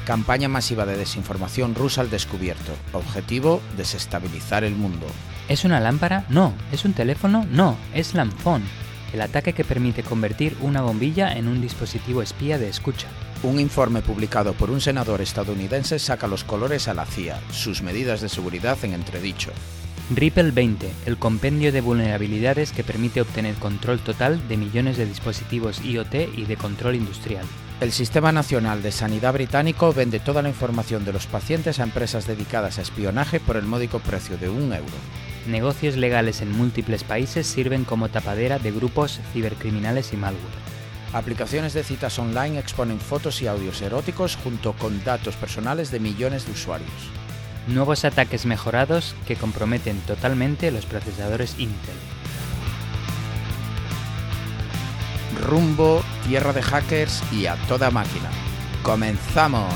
Campaña masiva de desinformación rusa al descubierto. Objetivo: desestabilizar el mundo. ¿Es una lámpara? No. ¿Es un teléfono? No. Es Lamphone, el ataque que permite convertir una bombilla en un dispositivo espía de escucha. Un informe publicado por un senador estadounidense saca los colores a la CIA, sus medidas de seguridad en entredicho. Ripple 20, el compendio de vulnerabilidades que permite obtener control total de millones de dispositivos IoT y de control industrial. El Sistema Nacional de Sanidad británico vende toda la información de los pacientes a empresas dedicadas a espionaje por el módico precio de €1. Negocios legales en múltiples países sirven como tapadera de grupos cibercriminales y malware. Aplicaciones de citas online exponen fotos y audios eróticos junto con datos personales de millones de usuarios. Nuevos ataques mejorados que comprometen totalmente los procesadores Intel. Rumbo, tierra de hackers y a toda máquina. ¡Comenzamos!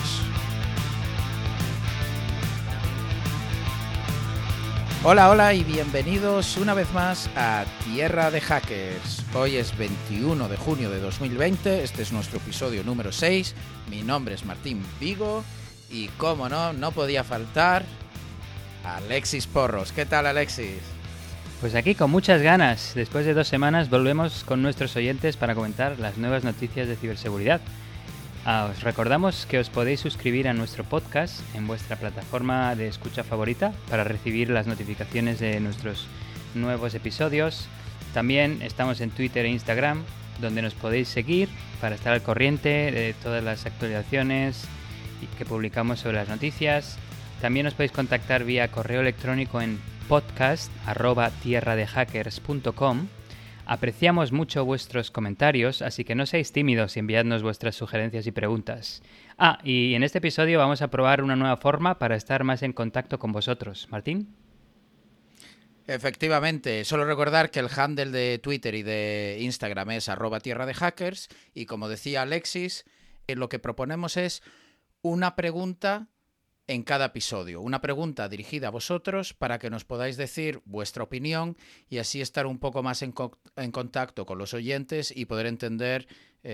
Hola y bienvenidos una vez más a Tierra de Hackers. Hoy es 21 de junio de 2020, este es nuestro episodio número 6. Mi nombre es Martín Vigo y como no podía faltar Alexis Porros. ¿Qué tal, Alexis? Pues aquí con muchas ganas. Después de 2 semanas volvemos con nuestros oyentes para comentar las nuevas noticias de ciberseguridad. Os recordamos que os podéis suscribir a nuestro podcast en vuestra plataforma de escucha favorita para recibir las notificaciones de nuestros nuevos episodios. También estamos en Twitter e Instagram, donde nos podéis seguir para estar al corriente de todas las actualizaciones que publicamos sobre las noticias. También os podéis contactar vía correo electrónico en podcast@tierradehackers.com. Apreciamos mucho vuestros comentarios, así que no seáis tímidos y enviadnos vuestras sugerencias y preguntas. Y en este episodio vamos a probar una nueva forma para estar más en contacto con vosotros. ¿Martín? Efectivamente, solo recordar que el handle de Twitter y de Instagram es @tierradehackers y como decía Alexis, lo que proponemos es una pregunta en cada episodio, una pregunta dirigida a vosotros para que nos podáis decir vuestra opinión y así estar un poco más en contacto con los oyentes y poder entender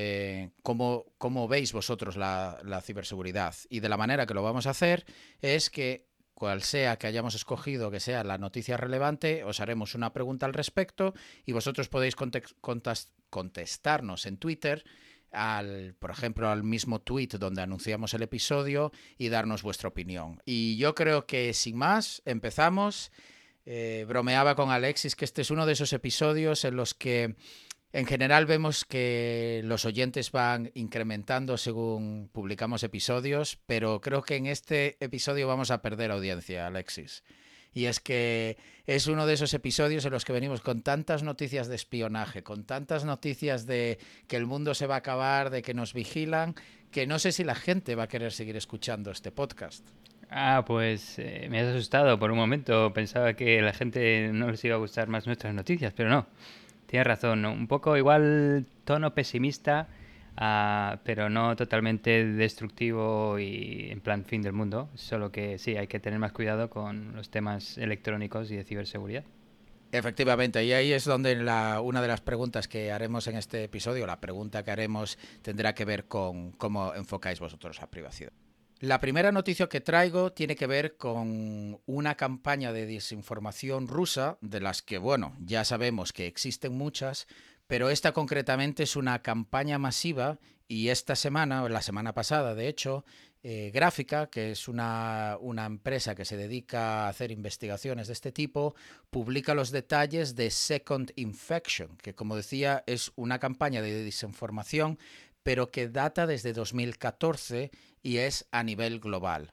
cómo veis vosotros la ciberseguridad. Y de la manera que lo vamos a hacer es que cual sea que hayamos escogido que sea la noticia relevante, os haremos una pregunta al respecto y vosotros podéis contestarnos en Twitter por ejemplo, al mismo tweet donde anunciamos el episodio y darnos vuestra opinión. Y yo creo que sin más, empezamos. Bromeaba con Alexis que este es uno de esos episodios en los que en general vemos que los oyentes van incrementando según publicamos episodios, pero creo que en este episodio vamos a perder audiencia, Alexis. Y es que es uno de esos episodios en los que venimos con tantas noticias de espionaje, con tantas noticias de que el mundo se va a acabar, de que nos vigilan, que no sé si la gente va a querer seguir escuchando este podcast. Pues me has asustado por un momento. Pensaba que a la gente no les iba a gustar más nuestras noticias, pero no. Tienes razón, ¿no? Un poco igual tono pesimista, pero no totalmente destructivo y en plan fin del mundo, solo que sí, hay que tener más cuidado con los temas electrónicos y de ciberseguridad. Efectivamente, y ahí es donde una de las preguntas que haremos en este episodio, la pregunta que haremos tendrá que ver con cómo enfocáis vosotros la privacidad. La primera noticia que traigo tiene que ver con una campaña de desinformación rusa, de las que, bueno, ya sabemos que existen muchas, pero esta concretamente es una campaña masiva y esta semana, o la semana pasada de hecho, Gráfica, que es una empresa que se dedica a hacer investigaciones de este tipo, publica los detalles de Second Infection, que como decía es una campaña de desinformación, pero que data desde 2014 y es a nivel global.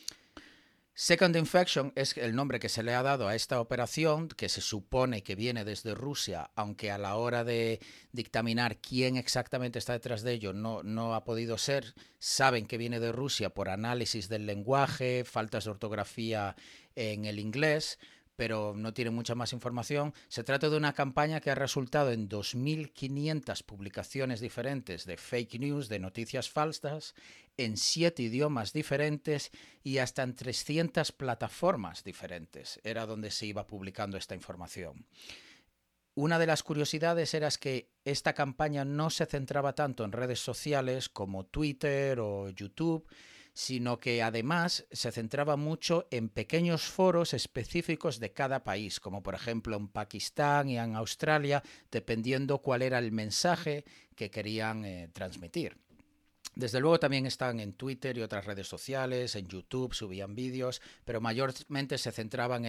Second Infection es el nombre que se le ha dado a esta operación, que se supone que viene desde Rusia, aunque a la hora de dictaminar quién exactamente está detrás de ello no ha podido ser. Saben que viene de Rusia por análisis del lenguaje, faltas de ortografía en el inglés, pero no tiene mucha más información. Se trata de una campaña que ha resultado en 2.500 publicaciones diferentes de fake news, de noticias falsas, en 7 idiomas diferentes y hasta en 300 plataformas diferentes. Era donde se iba publicando esta información. Una de las curiosidades era que esta campaña no se centraba tanto en redes sociales como Twitter o YouTube, sino que además se centraba mucho en pequeños foros específicos de cada país, como por ejemplo en Pakistán y en Australia, dependiendo cuál era el mensaje que querían transmitir. Desde luego también están en Twitter y otras redes sociales, en YouTube subían vídeos, pero mayormente se centraban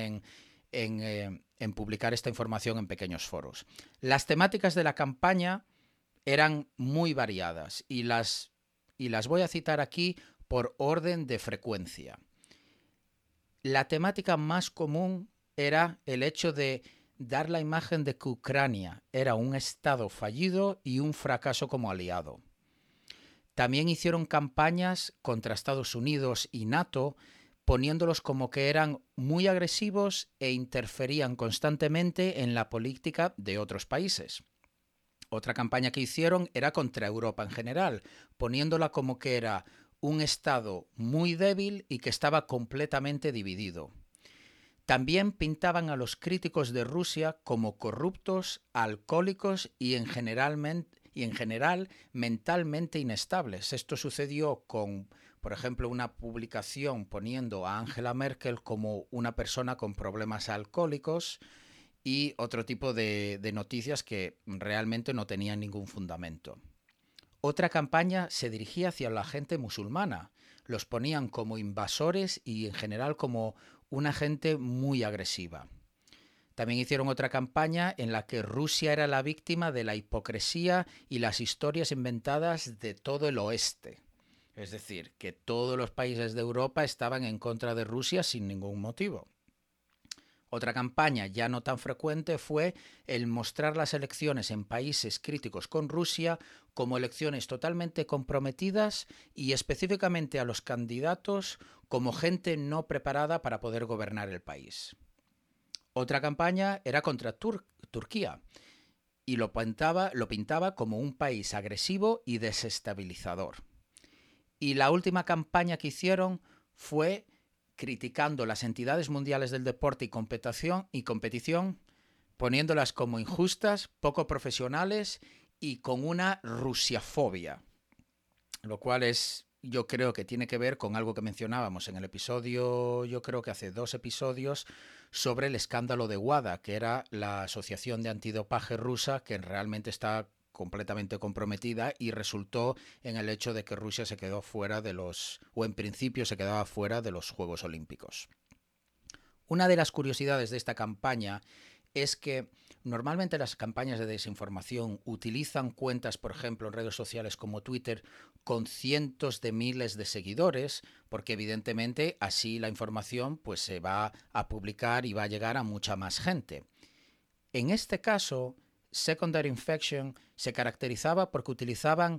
en publicar esta información en pequeños foros. Las temáticas de la campaña eran muy variadas y las voy a citar aquí por orden de frecuencia. La temática más común era el hecho de dar la imagen de que Ucrania era un estado fallido y un fracaso como aliado. También hicieron campañas contra Estados Unidos y NATO, poniéndolos como que eran muy agresivos e interferían constantemente en la política de otros países. Otra campaña que hicieron era contra Europa en general, poniéndola como que era un Estado muy débil y que estaba completamente dividido. También pintaban a los críticos de Rusia como corruptos, alcohólicos y en general mentalmente inestables. Esto sucedió con, por ejemplo, una publicación poniendo a Angela Merkel como una persona con problemas alcohólicos y otro tipo de noticias que realmente no tenían ningún fundamento. Otra campaña se dirigía hacia la gente musulmana. Los ponían como invasores y en general como una gente muy agresiva. También hicieron otra campaña en la que Rusia era la víctima de la hipocresía y las historias inventadas de todo el oeste. Es decir, que todos los países de Europa estaban en contra de Rusia sin ningún motivo. Otra campaña ya no tan frecuente fue el mostrar las elecciones en países críticos con Rusia como elecciones totalmente comprometidas y específicamente a los candidatos como gente no preparada para poder gobernar el país. Otra campaña era contra Turquía y lo pintaba como un país agresivo y desestabilizador. Y la última campaña que hicieron fue criticando las entidades mundiales del deporte y competición, poniéndolas como injustas, poco profesionales y con una rusiafobia, lo cual yo creo que tiene que ver con algo que mencionábamos en el episodio, yo creo que hace 2 episodios, sobre el escándalo de WADA, que era la asociación de antidopaje rusa que realmente está completamente comprometida y resultó en el hecho de que Rusia se quedó fuera o en principio se quedaba fuera de los Juegos Olímpicos. Una de las curiosidades de esta campaña es que normalmente las campañas de desinformación utilizan cuentas, por ejemplo, en redes sociales como Twitter, con cientos de miles de seguidores, porque evidentemente así la información pues, se va a publicar y va a llegar a mucha más gente. En este caso, Secondary Infection se caracterizaba porque utilizaban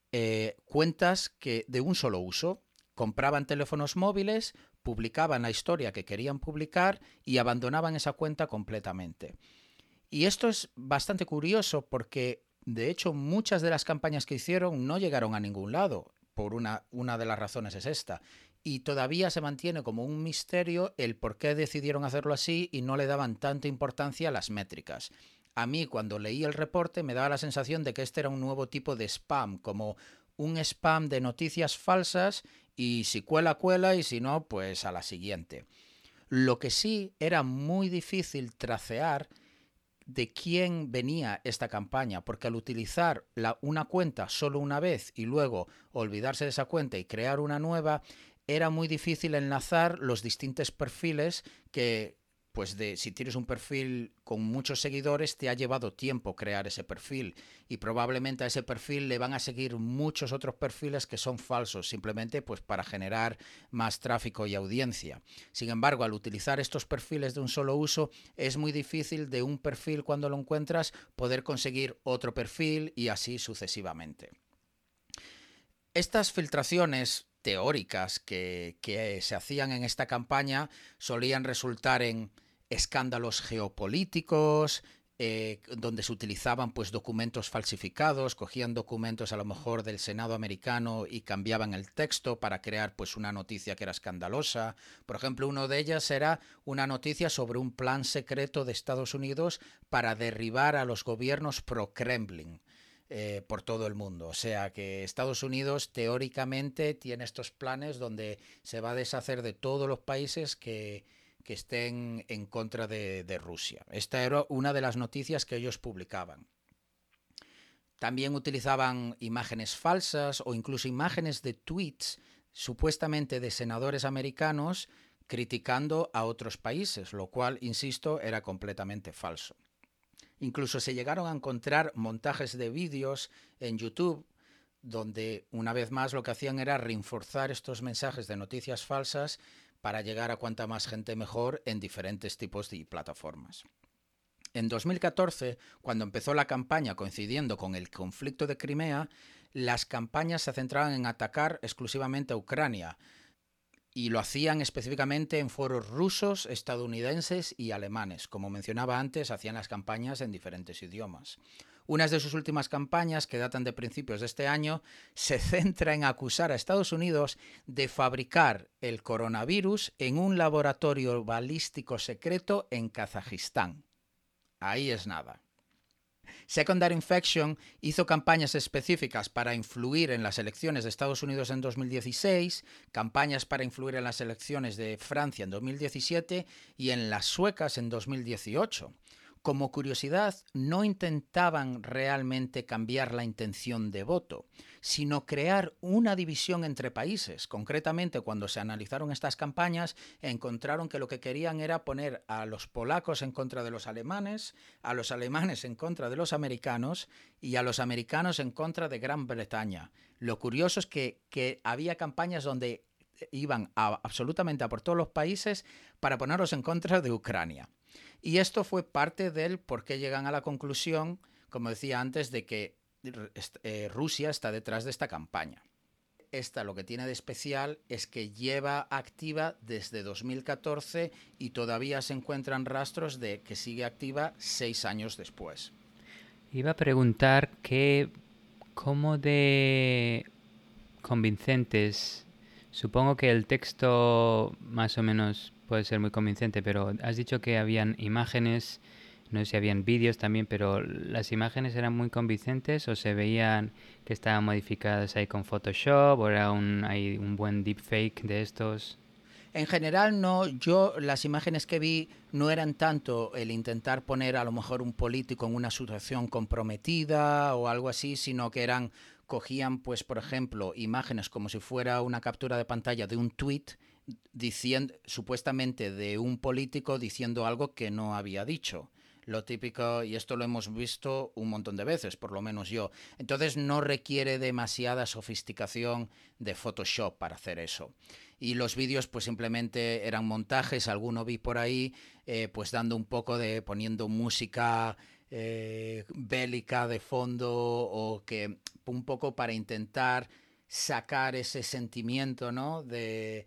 cuentas de un solo uso. Compraban teléfonos móviles, publicaban la historia que querían publicar y abandonaban esa cuenta completamente. Y esto es bastante curioso porque, de hecho, muchas de las campañas que hicieron no llegaron a ningún lado. Por una de las razones es esta. Y todavía se mantiene como un misterio el por qué decidieron hacerlo así y no le daban tanta importancia a las métricas. A mí, cuando leí el reporte, me daba la sensación de que este era un nuevo tipo de spam, como un spam de noticias falsas y si cuela, cuela y si no, pues a la siguiente. Lo que sí era muy difícil tracear de quién venía esta campaña, porque al utilizar una cuenta solo una vez y luego olvidarse de esa cuenta y crear una nueva, era muy difícil enlazar los distintos perfiles que, pues si tienes un perfil con muchos seguidores, te ha llevado tiempo crear ese perfil y probablemente a ese perfil le van a seguir muchos otros perfiles que son falsos, simplemente pues para generar más tráfico y audiencia. Sin embargo, al utilizar estos perfiles de un solo uso, es muy difícil de un perfil cuando lo encuentras poder conseguir otro perfil y así sucesivamente. Estas filtraciones teóricas que se hacían en esta campaña solían resultar en escándalos geopolíticos, donde se utilizaban pues documentos falsificados, cogían documentos a lo mejor del Senado americano y cambiaban el texto para crear pues una noticia que era escandalosa. Por ejemplo, una de ellas era una noticia sobre un plan secreto de Estados Unidos para derribar a los gobiernos pro-Kremlin. por todo el mundo. O sea que Estados Unidos teóricamente tiene estos planes donde se va a deshacer de todos los países que estén en contra de Rusia. Esta era una de las noticias que ellos publicaban. También utilizaban imágenes falsas o incluso imágenes de tweets supuestamente de senadores americanos criticando a otros países, lo cual, insisto, era completamente falso. Incluso se llegaron a encontrar montajes de vídeos en YouTube donde, una vez más, lo que hacían era reforzar estos mensajes de noticias falsas para llegar a cuanta más gente mejor en diferentes tipos de plataformas. En 2014, cuando empezó la campaña coincidiendo con el conflicto de Crimea, las campañas se centraban en atacar exclusivamente a Ucrania y lo hacían específicamente en foros rusos, estadounidenses y alemanes. Como mencionaba antes, hacían las campañas en diferentes idiomas. Una de sus últimas campañas, que datan de principios de este año, se centra en acusar a Estados Unidos de fabricar el coronavirus en un laboratorio balístico secreto en Kazajistán. Ahí es nada. Secondary Infection hizo campañas específicas para influir en las elecciones de Estados Unidos en 2016, campañas para influir en las elecciones de Francia en 2017 y en las suecas en 2018. Como curiosidad, no intentaban realmente cambiar la intención de voto, sino crear una división entre países. Concretamente, cuando se analizaron estas campañas, encontraron que lo que querían era poner a los polacos en contra de los alemanes, a los alemanes en contra de los americanos y a los americanos en contra de Gran Bretaña. Lo curioso es que había campañas donde iban absolutamente a por todos los países para ponerlos en contra de Ucrania. Y esto fue parte del por qué llegan a la conclusión, como decía antes, de que Rusia está detrás de esta campaña. Esta lo que tiene de especial es que lleva activa desde 2014 y todavía se encuentran rastros de que sigue activa 6 años después. Iba a preguntar cómo de convincentes. Supongo que el texto más o menos puede ser muy convincente, pero has dicho que habían imágenes, no sé si habían vídeos también, pero ¿las imágenes eran muy convincentes o se veían que estaban modificadas ahí con Photoshop o era hay un buen deepfake de estos? En general no, yo las imágenes que vi no eran tanto el intentar poner a lo mejor un político en una situación comprometida o algo así, sino que cogían pues por ejemplo imágenes como si fuera una captura de pantalla de un tweet supuestamente de un político diciendo algo que no había dicho. Lo típico, y esto lo hemos visto un montón de veces, por lo menos yo. Entonces no requiere demasiada sofisticación de Photoshop para hacer eso. Y los vídeos pues simplemente eran montajes, alguno vi por ahí, pues dando un poco poniendo música bélica de fondo o que un poco para intentar sacar ese sentimiento, ¿no? de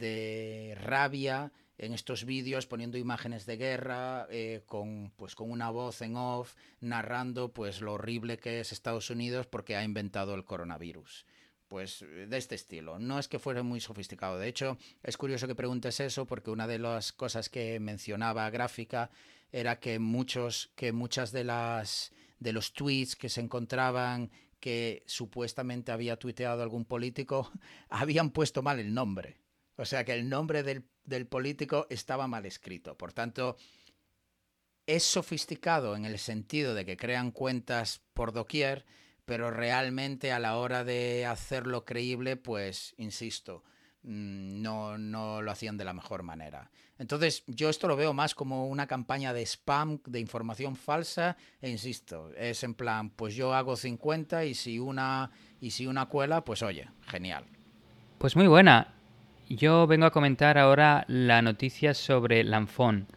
rabia en estos vídeos, poniendo imágenes de guerra, con una voz en off, narrando pues lo horrible que es Estados Unidos porque ha inventado el coronavirus. Pues de este estilo. No es que fuera muy sofisticado. De hecho, es curioso que preguntes eso porque una de las cosas que mencionaba Gráfica era que muchas de los tweets que se encontraban que supuestamente había tuiteado algún político habían puesto mal el nombre. O sea que el nombre del político estaba mal escrito. Por tanto, es sofisticado en el sentido de que crean cuentas por doquier, pero realmente a la hora de hacerlo creíble, pues, insisto, no lo hacían de la mejor manera. Entonces, yo esto lo veo más como una campaña de spam, de información falsa, e insisto, es en plan, pues yo hago 50 y si una cuela, pues oye, genial. Pues muy buena. Yo vengo a comentar ahora la noticia sobre Lanfone.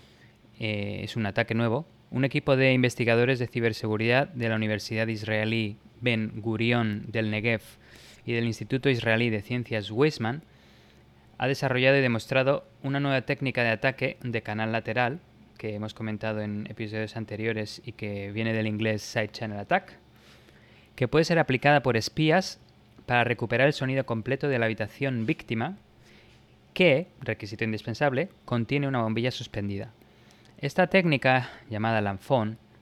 Es un ataque nuevo. Un equipo de investigadores de ciberseguridad de la Universidad Israelí Ben Gurion del Negev y del Instituto Israelí de Ciencias Weizmann ha desarrollado y demostrado una nueva técnica de ataque de canal lateral que hemos comentado en episodios anteriores y que viene del inglés Side Channel Attack, que puede ser aplicada por espías para recuperar el sonido completo de la habitación víctima que, requisito indispensable, contiene una bombilla suspendida. Esta técnica, llamada Lanfone,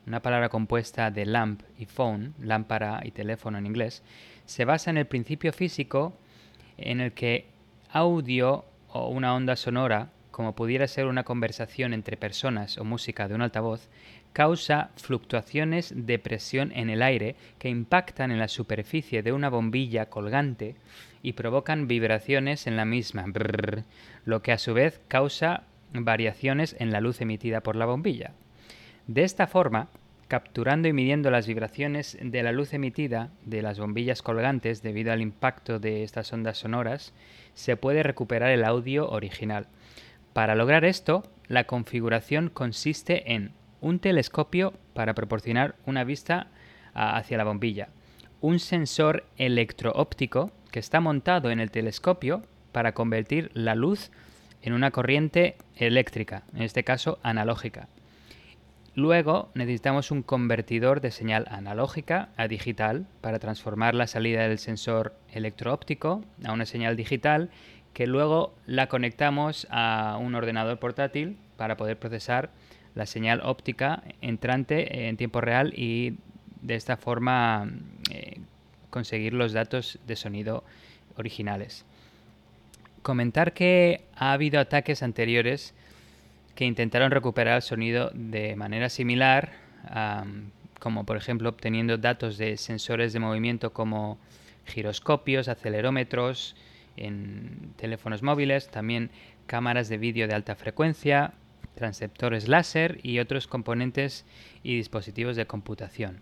una palabra compuesta de lamp y phone, lámpara y teléfono en inglés, se basa en el principio físico en el que audio o una onda sonora, como pudiera ser una conversación entre personas o música de un altavoz, causa fluctuaciones de presión en el aire que impactan en la superficie de una bombilla colgante y provocan vibraciones en la misma, brrr, lo que a su vez causa variaciones en la luz emitida por la bombilla. De esta forma, capturando y midiendo las vibraciones de la luz emitida de las bombillas colgantes debido al impacto de estas ondas sonoras, se puede recuperar el audio original. Para lograr esto, la configuración consiste en un telescopio para proporcionar una vista hacia la bombilla, un sensor electro-óptico que está montado en el telescopio para convertir la luz en una corriente eléctrica, en este caso analógica. Luego necesitamos un convertidor de señal analógica a digital para transformar la salida del sensor electro-óptico a una señal digital que luego la conectamos a un ordenador portátil para poder procesar la señal óptica entrante en tiempo real y de esta forma conseguir los datos de sonido originales. Comentar que ha habido ataques anteriores que intentaron recuperar el sonido de manera similar, como por ejemplo obteniendo datos de sensores de movimiento como giroscopios, acelerómetros en teléfonos móviles, también cámaras de vídeo de alta frecuencia, transceptores láser y otros componentes y dispositivos de computación.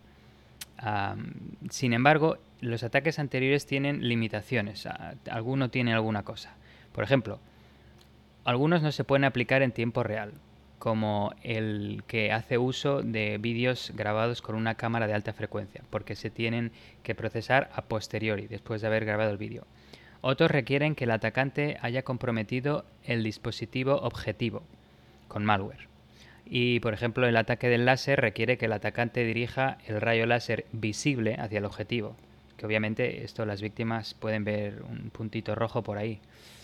Sin embargo, los ataques anteriores tienen limitaciones, alguno tiene alguna cosa. Por ejemplo, algunos no se pueden aplicar en tiempo real, como el que hace uso de vídeos grabados con una cámara de alta frecuencia, porque se tienen que procesar a posteriori, después de haber grabado el vídeo. Otros requieren que el atacante haya comprometido el dispositivo objetivo, con malware. Y, por ejemplo, el ataque del láser requiere que el atacante dirija el rayo láser visible hacia el objetivo, que obviamente esto las víctimas pueden ver un puntito rojo por ahí.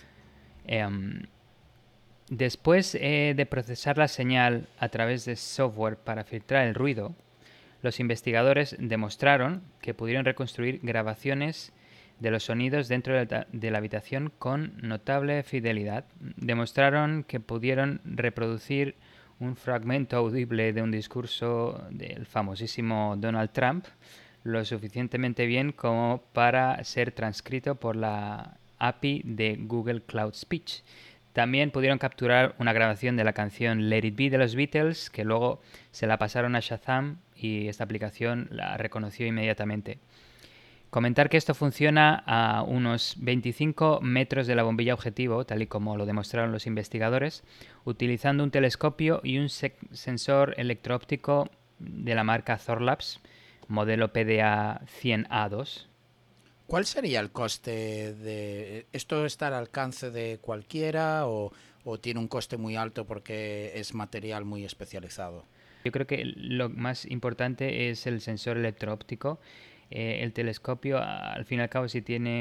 Después de procesar la señal a través de software para filtrar el ruido, los investigadores demostraron que pudieron reconstruir grabaciones de los sonidos dentro de la habitación con notable fidelidad. Demostraron que pudieron reproducir un fragmento audible de un discurso del famosísimo Donald Trump lo suficientemente bien como para ser transcrito por la API de Google Cloud Speech. También pudieron capturar una grabación de la canción Let It Be de los Beatles, que luego se la pasaron a Shazam y esta aplicación la reconoció inmediatamente. Comentar que esto funciona a unos 25 metros de la bombilla objetivo, tal y como lo demostraron los investigadores, utilizando un telescopio y un sensor electro-óptico de la marca Thorlabs, modelo PDA 100A2. ¿Cuál sería el coste de esto? ¿Está al alcance de cualquiera o tiene un coste muy alto porque es material muy especializado? Yo creo que lo más importante es el sensor electro-óptico. El telescopio, al fin y al cabo, si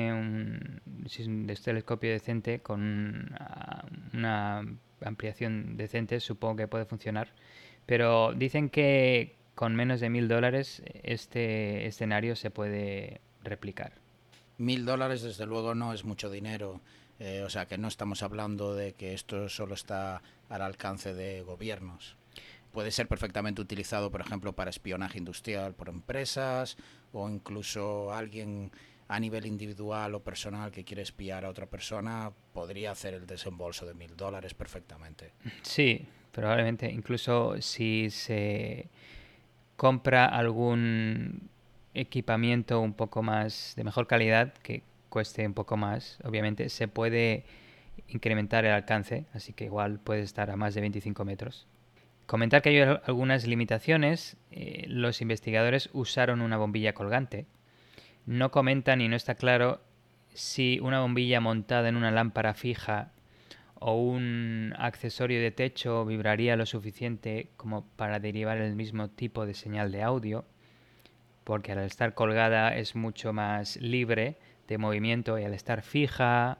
es un telescopio decente con una ampliación decente, supongo que puede funcionar. Pero dicen que con menos de $1.000 este escenario se puede replicar. $1.000 desde luego no es mucho dinero, o sea que no estamos hablando de que esto solo está al alcance de gobiernos. Puede ser perfectamente utilizado, por ejemplo, para espionaje industrial por empresas o incluso alguien a nivel individual o personal que quiere espiar a otra persona podría hacer el desembolso de $1.000 perfectamente. Sí, probablemente. Incluso si se compra algún equipamiento un poco más de mejor calidad, que cueste un poco más, obviamente se puede incrementar el alcance, así que igual puede estar a más de 25 metros. Comentar que hay algunas limitaciones. Los investigadores usaron una bombilla colgante. No comentan y no está claro si una bombilla montada en una lámpara fija o un accesorio de techo vibraría lo suficiente como para derivar el mismo tipo de señal de audio, porque al estar colgada es mucho más libre de movimiento y al estar fija,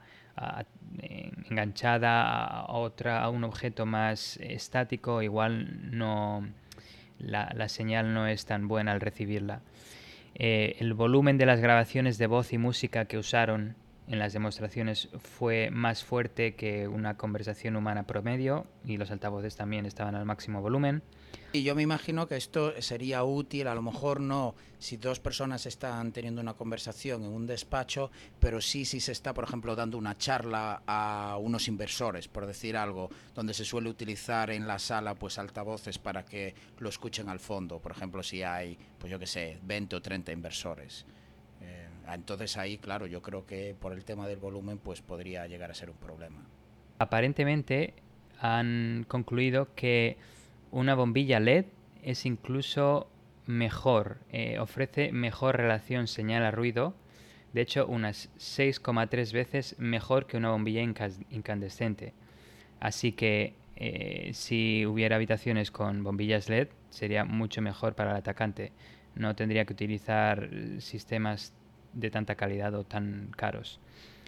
enganchada a un objeto más estático, igual no la señal no es tan buena al recibirla. El volumen de las grabaciones de voz y música que usaron en las demostraciones fue más fuerte que una conversación humana promedio, y los altavoces también estaban al máximo volumen. Y yo me imagino que esto sería útil, a lo mejor no si dos personas están teniendo una conversación en un despacho, pero sí si se está, por ejemplo, dando una charla a unos inversores, por decir algo, donde se suele utilizar en la sala pues altavoces para que lo escuchen al fondo, por ejemplo, si hay, pues yo qué sé, 20 o 30 inversores. Entonces ahí, claro, yo creo que por el tema del volumen pues podría llegar a ser un problema. Aparentemente han concluido que una bombilla LED es incluso mejor, ofrece mejor relación señal a ruido, de hecho unas 6,3 veces mejor que una bombilla incandescente. Así que si hubiera habitaciones con bombillas LED sería mucho mejor para el atacante. No tendría que utilizar sistemas de tanta calidad o tan caros.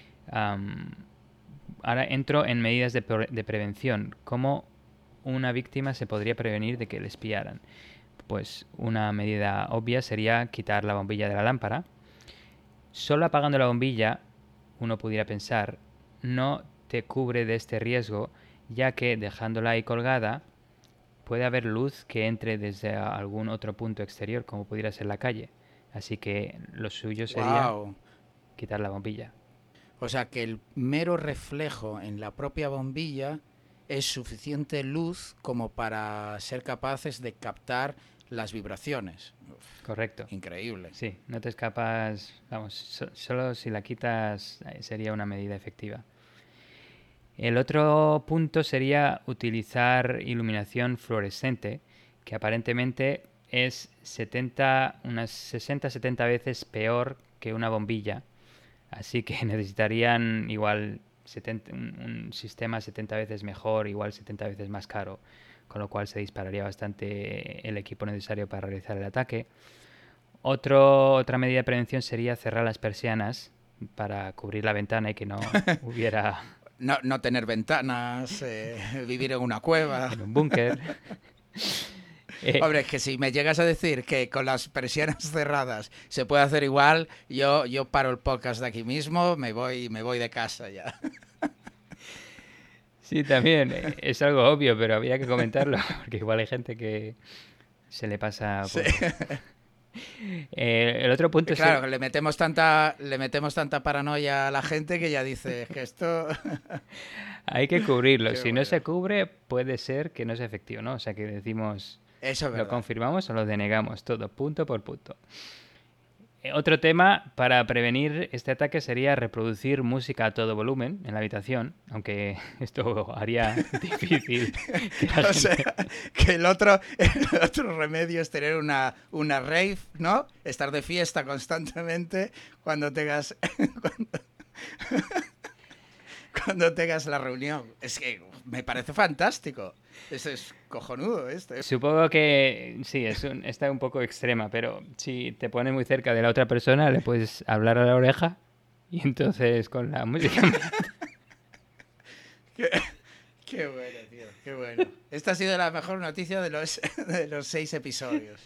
Ahora entro en medidas de prevención. ¿Cómo una víctima se podría prevenir de que le espiaran? Pues una medida obvia sería quitar la bombilla de la lámpara. Solo apagando la bombilla, uno pudiera pensar, no te cubre de este riesgo, ya que dejándola ahí colgada puede haber luz que entre desde algún otro punto exterior, como pudiera ser la calle. Así que lo suyo sería quitar la bombilla. O sea que el mero reflejo en la propia bombilla es suficiente luz como para ser capaces de captar las vibraciones. Correcto. Increíble. Sí, no te escapas, vamos, solo si la quitas sería una medida efectiva. El otro punto sería utilizar iluminación fluorescente, que aparentemente es unas 60-70 veces peor que una bombilla. Así que necesitarían igual un sistema 70 veces mejor, igual 70 veces más caro, con lo cual se dispararía bastante el equipo necesario para realizar el ataque. Otra medida de prevención sería cerrar las persianas para cubrir la ventana y que no hubiera... No tener ventanas, vivir en una cueva. En un búnker. Hombre, es que si me llegas a decir que con las persianas cerradas se puede hacer igual, yo paro el podcast de aquí mismo, me voy de casa ya. Sí, también es algo obvio, pero había que comentarlo, porque igual hay gente que se le pasa por... Sí. El otro punto claro, es... le metemos tanta paranoia a la gente que ya dice que esto... Hay que cubrirlo. Si no se cubre, puede ser que no sea efectivo, ¿no? O sea, que decimos... Eso es verdad. ¿Lo confirmamos o lo denegamos? Todo, punto por punto. Otro tema para prevenir este ataque sería reproducir música a todo volumen en la habitación, aunque esto haría difícil. O sea, que el otro remedio es tener una rave, ¿no? Estar de fiesta constantemente cuando tengas cuando tengas la reunión. Es que me parece fantástico. Eso es cojonudo esto. Supongo que sí, está un poco extrema, pero si te pones muy cerca de la otra persona, le puedes hablar a la oreja y entonces con la música... Qué bueno, tío, qué bueno. Esta ha sido la mejor noticia de los 6 episodios.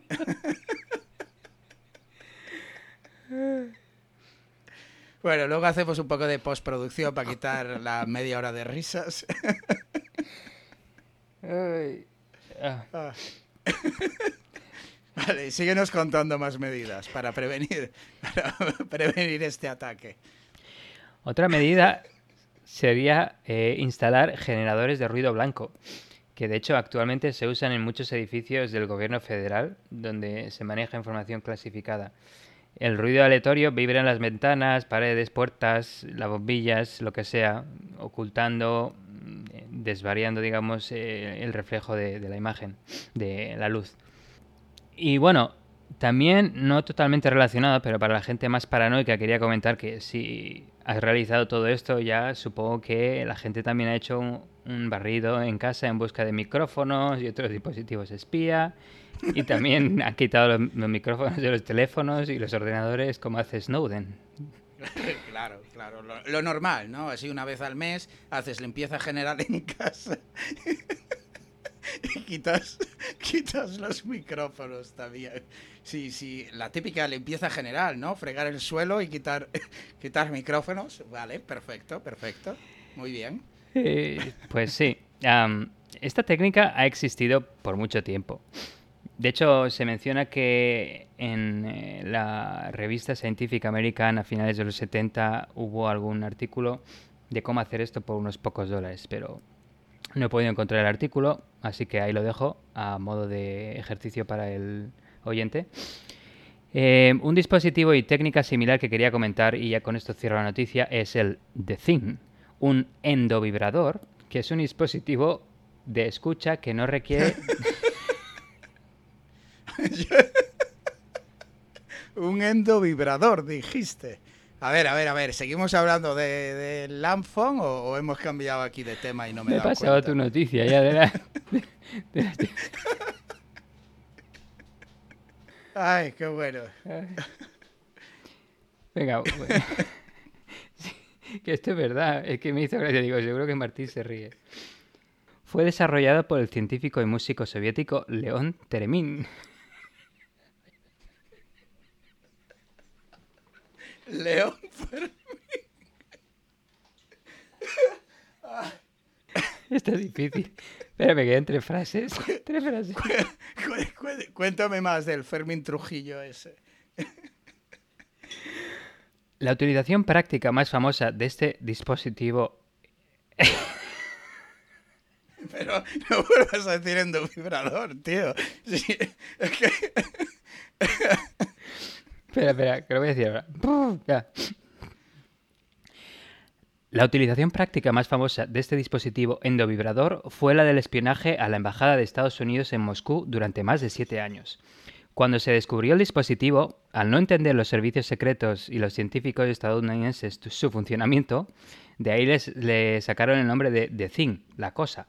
Bueno, luego hacemos un poco de postproducción para quitar la media hora de risas. Vale, síguenos contando más medidas para prevenir este ataque. Otra medida sería instalar generadores de ruido blanco, que de hecho actualmente se usan en muchos edificios del gobierno federal donde se maneja información clasificada. El ruido aleatorio vibra en las ventanas, paredes, puertas, las bombillas, lo que sea, ocultando, desvariando, digamos, el reflejo de la imagen, de la luz. Y bueno, también no totalmente relacionado, pero para la gente más paranoica quería comentar que si has realizado todo esto ya supongo que la gente también ha hecho un barrido en casa en busca de micrófonos y otros dispositivos espía. Y también han quitado los micrófonos de los teléfonos y los ordenadores como hace Snowden. Claro, lo normal, ¿no? Así una vez al mes haces limpieza general en casa Y quitas los micrófonos también. Sí, la típica limpieza general, ¿no? Fregar el suelo y quitar micrófonos. Vale, perfecto. Muy bien. Pues sí. Esta técnica ha existido por mucho tiempo. De hecho, se menciona que en la revista Scientific American a finales de los 70 hubo algún artículo de cómo hacer esto por unos pocos dólares, pero no he podido encontrar el artículo, así que ahí lo dejo a modo de ejercicio para el oyente. Un dispositivo y técnica similar que quería comentar, y ya con esto cierro la noticia, es el The Thing, un endovibrador, que es un dispositivo de escucha que no requiere... Un endovibrador, dijiste. A ver, ¿seguimos hablando del Landphone o hemos cambiado aquí de tema y no me he he dado pasado cuenta? tu noticia ya de la... Ay, qué bueno. Venga, bueno. Sí, que esto es verdad, es que me hizo gracia, digo, seguro que Martín se ríe. Fue desarrollado por el científico y músico soviético León Teremin. León. Esto es difícil. Pero me quedan tres frases. Cuéntame más del Fermín Trujillo ese. La utilización práctica más famosa de este dispositivo... Pero no vuelvas a decir endovibrador, tío. Sí, es que... Espera, que lo voy a decir ahora. Ya. La utilización práctica más famosa de este dispositivo endovibrador fue la del espionaje a la Embajada de Estados Unidos en Moscú durante más de 7 años. Cuando se descubrió el dispositivo, al no entender los servicios secretos y los científicos estadounidenses su funcionamiento, de ahí le sacaron el nombre de The Thing, la cosa.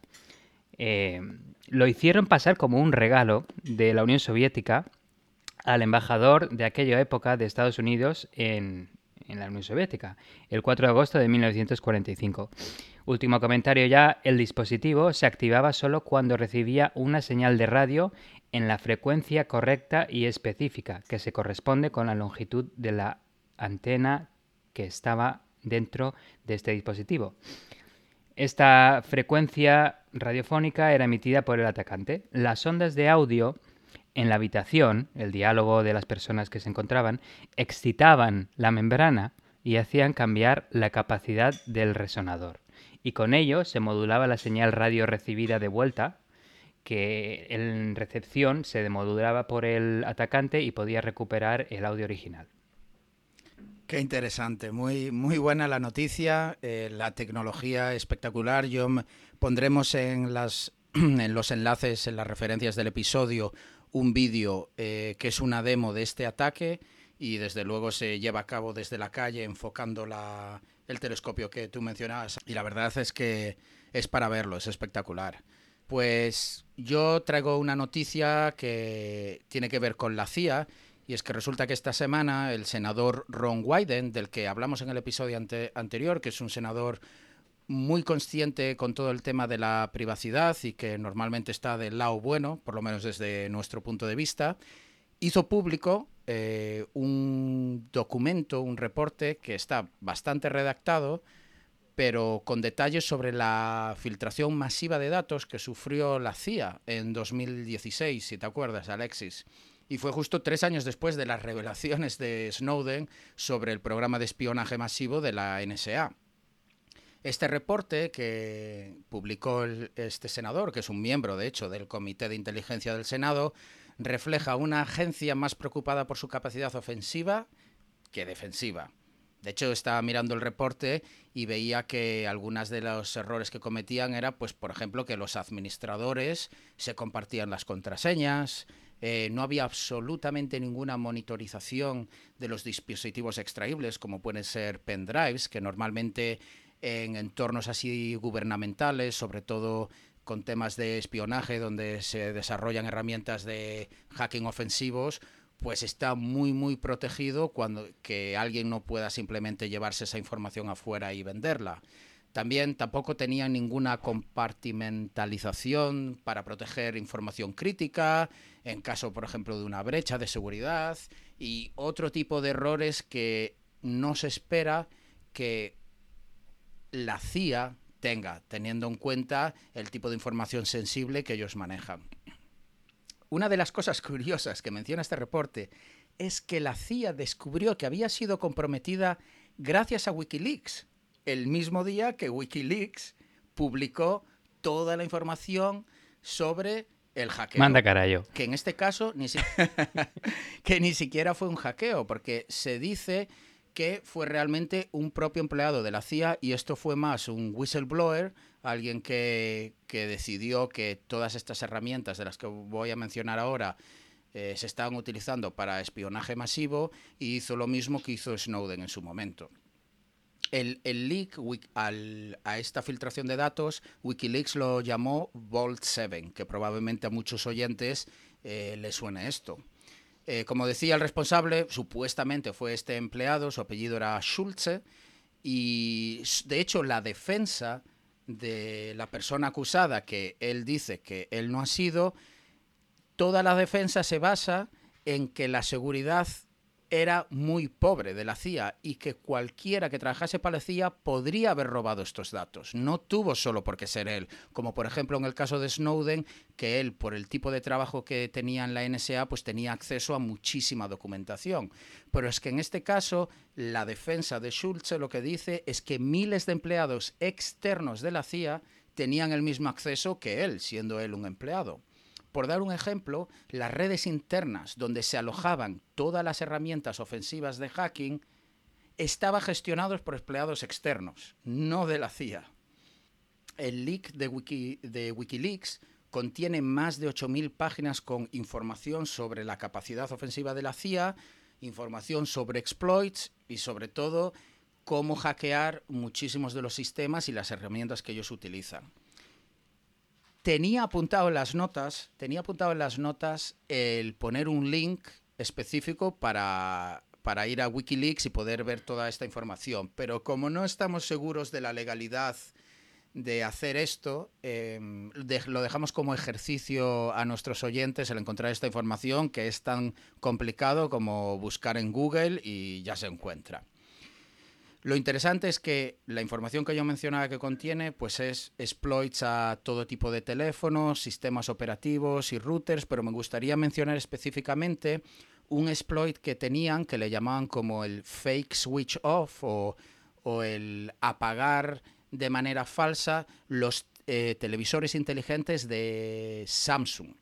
Lo hicieron pasar como un regalo de la Unión Soviética al embajador de aquella época de Estados Unidos en la Unión Soviética, el 4 de agosto de 1945. Último comentario ya, el dispositivo se activaba solo cuando recibía una señal de radio en la frecuencia correcta y específica, que se corresponde con la longitud de la antena que estaba dentro de este dispositivo. Esta frecuencia radiofónica era emitida por el atacante. Las ondas de audio en la habitación, el diálogo de las personas que se encontraban, excitaban la membrana y hacían cambiar la capacidad del resonador. Y con ello se modulaba la señal radio recibida de vuelta, que en recepción se demodulaba por el atacante y podía recuperar el audio original. Qué interesante, muy buena la noticia, la tecnología espectacular. Pondremos en los enlaces, en las referencias del episodio, un vídeo que es una demo de este ataque y desde luego se lleva a cabo desde la calle enfocando el telescopio que tú mencionabas y la verdad es que es para verlo, es espectacular. Pues yo traigo una noticia que tiene que ver con la CIA y es que resulta que esta semana el senador Ron Wyden, del que hablamos en el episodio anterior, que es un senador muy consciente con todo el tema de la privacidad y que normalmente está del lado bueno, por lo menos desde nuestro punto de vista, hizo público un documento, un reporte que está bastante redactado, pero con detalles sobre la filtración masiva de datos que sufrió la CIA en 2016, si te acuerdas, Alexis. Y fue justo 3 años después de las revelaciones de Snowden sobre el programa de espionaje masivo de la NSA. Este reporte que publicó este senador, que es un miembro, de hecho, del Comité de Inteligencia del Senado, refleja una agencia más preocupada por su capacidad ofensiva que defensiva. De hecho, estaba mirando el reporte y veía que algunos de los errores que cometían era, pues, por ejemplo, que los administradores se compartían las contraseñas, no había absolutamente ninguna monitorización de los dispositivos extraíbles, como pueden ser pendrives, que normalmente en entornos así gubernamentales, sobre todo con temas de espionaje, donde se desarrollan herramientas de hacking ofensivos, pues está muy protegido cuando que alguien no pueda simplemente llevarse esa información afuera y venderla. También tampoco tenían ninguna compartimentalización para proteger información crítica, en caso, por ejemplo, de una brecha de seguridad y otro tipo de errores que no se espera que la CIA tenga, teniendo en cuenta el tipo de información sensible que ellos manejan. Una de las cosas curiosas que menciona este reporte es que la CIA descubrió que había sido comprometida gracias a Wikileaks, el mismo día que Wikileaks publicó toda la información sobre el hackeo. Manda carayo. Que en este caso que ni siquiera fue un hackeo, porque se dice que fue realmente un propio empleado de la CIA y esto fue más un whistleblower, alguien que decidió que todas estas herramientas de las que voy a mencionar ahora se estaban utilizando para espionaje masivo y hizo lo mismo que hizo Snowden en su momento. El leak a esta filtración de datos, Wikileaks lo llamó Vault 7, que probablemente a muchos oyentes les suene esto. Como decía el responsable, supuestamente fue este empleado, su apellido era Schulze, y de hecho la defensa de la persona acusada, que él dice que él no ha sido, toda la defensa se basa en que la seguridad era muy pobre de la CIA y que cualquiera que trabajase para la CIA podría haber robado estos datos. No tuvo solo por qué ser él, como por ejemplo en el caso de Snowden, que él, por el tipo de trabajo que tenía en la NSA, pues tenía acceso a muchísima documentación. Pero es que en este caso, la defensa de Schulze lo que dice es que miles de empleados externos de la CIA tenían el mismo acceso que él, siendo él un empleado. Por dar un ejemplo, las redes internas donde se alojaban todas las herramientas ofensivas de hacking estaban gestionados por empleados externos, no de la CIA. El leak de Wikileaks contiene más de 8.000 páginas con información sobre la capacidad ofensiva de la CIA, información sobre exploits y sobre todo cómo hackear muchísimos de los sistemas y las herramientas que ellos utilizan. Tenía apuntado en las notas el poner un link específico para ir a Wikileaks y poder ver toda esta información. Pero como no estamos seguros de la legalidad de hacer esto, lo dejamos como ejercicio a nuestros oyentes el encontrar esta información, que es tan complicado como buscar en Google y ya se encuentra. Lo interesante es que la información que yo mencionaba que contiene pues es exploits a todo tipo de teléfonos, sistemas operativos y routers, pero me gustaría mencionar específicamente un exploit que tenían que le llamaban como el fake switch off o el apagar de manera falsa los televisores inteligentes de Samsung.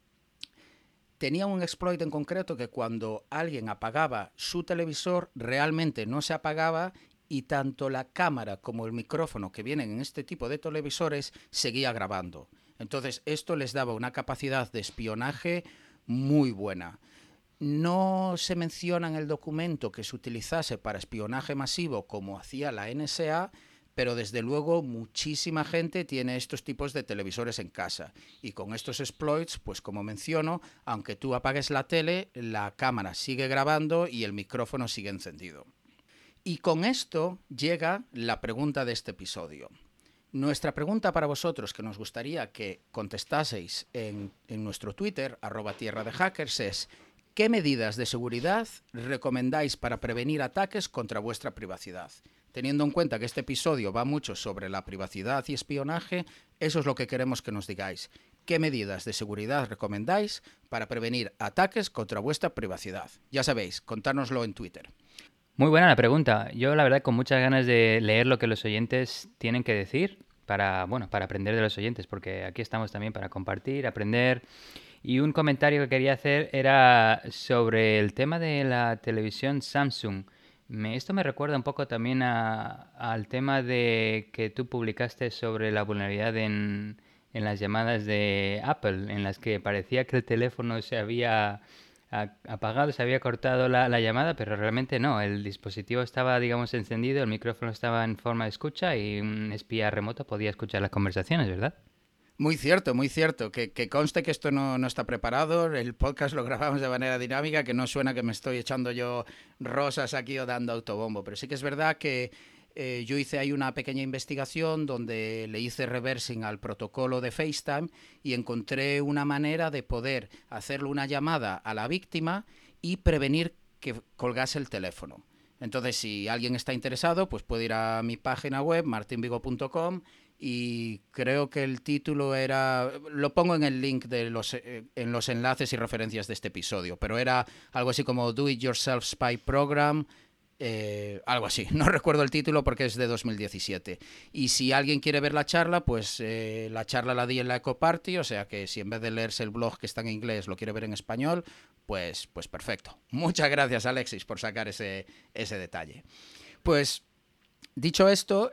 Tenía un exploit en concreto que cuando alguien apagaba su televisor realmente no se apagaba y tanto la cámara como el micrófono que vienen en este tipo de televisores seguía grabando. Entonces esto les daba una capacidad de espionaje muy buena. No se menciona en el documento que se utilizase para espionaje masivo como hacía la NSA, pero desde luego muchísima gente tiene estos tipos de televisores en casa. Y con estos exploits, pues como menciono, aunque tú apagues la tele, la cámara sigue grabando y el micrófono sigue encendido. Y con esto llega la pregunta de este episodio. Nuestra pregunta para vosotros, que nos gustaría que contestaseis en nuestro Twitter, @tierradehackers, es: ¿qué medidas de seguridad recomendáis para prevenir ataques contra vuestra privacidad? Teniendo en cuenta que este episodio va mucho sobre la privacidad y espionaje, eso es lo que queremos que nos digáis. ¿Qué medidas de seguridad recomendáis para prevenir ataques contra vuestra privacidad? Ya sabéis, contárnoslo en Twitter. Muy buena la pregunta. Yo la verdad con muchas ganas de leer lo que los oyentes tienen que decir para aprender de los oyentes, porque aquí estamos también para compartir, aprender. Y un comentario que quería hacer era sobre el tema de la televisión Samsung. Esto me recuerda un poco también al tema de que tú publicaste sobre la vulnerabilidad en las llamadas de Apple, en las que parecía que el teléfono se había apagado, se había cortado la llamada, pero realmente no. El dispositivo estaba, digamos, encendido, el micrófono estaba en forma de escucha y un espía remoto podía escuchar las conversaciones, ¿verdad? Muy cierto, muy cierto. Que conste que esto no está preparado. El podcast lo grabamos de manera dinámica, que no suena que me estoy echando yo rosas aquí o dando autobombo. Pero sí que es verdad que yo hice ahí una pequeña investigación donde le hice reversing al protocolo de FaceTime y encontré una manera de poder hacerle una llamada a la víctima y prevenir que colgase el teléfono. Entonces, si alguien está interesado, pues puede ir a mi página web, martinvigo.com, y creo que el título era, lo pongo en el link de en los enlaces y referencias de este episodio, pero era algo así como Do It Yourself Spy Program, algo así, no recuerdo el título porque es de 2017. Y si alguien quiere ver la charla, pues la charla la di en la Eco Party, o sea que si en vez de leerse el blog que está en inglés lo quiere ver en español, pues perfecto. Muchas gracias, Alexis, por sacar ese detalle. Pues dicho esto,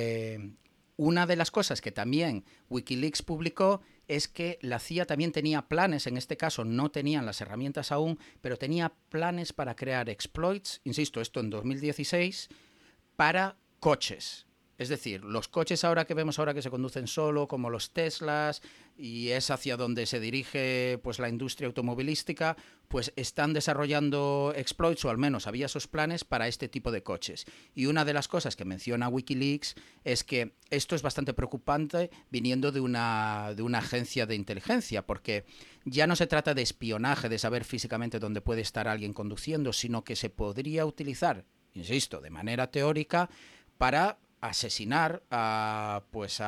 una de las cosas que también Wikileaks publicó es que la CIA también tenía planes, en este caso no tenían las herramientas aún, pero tenía planes para crear exploits, insisto, esto en 2016, para coches. Es decir, los coches ahora que vemos ahora que se conducen solo, como los Teslas, y es hacia donde se dirige pues la industria automovilística, pues están desarrollando exploits, o al menos había esos planes para este tipo de coches. Y una de las cosas que menciona Wikileaks es que esto es bastante preocupante viniendo de una agencia de inteligencia, porque ya no se trata de espionaje, de saber físicamente dónde puede estar alguien conduciendo, sino que se podría utilizar, insisto, de manera teórica, para asesinar a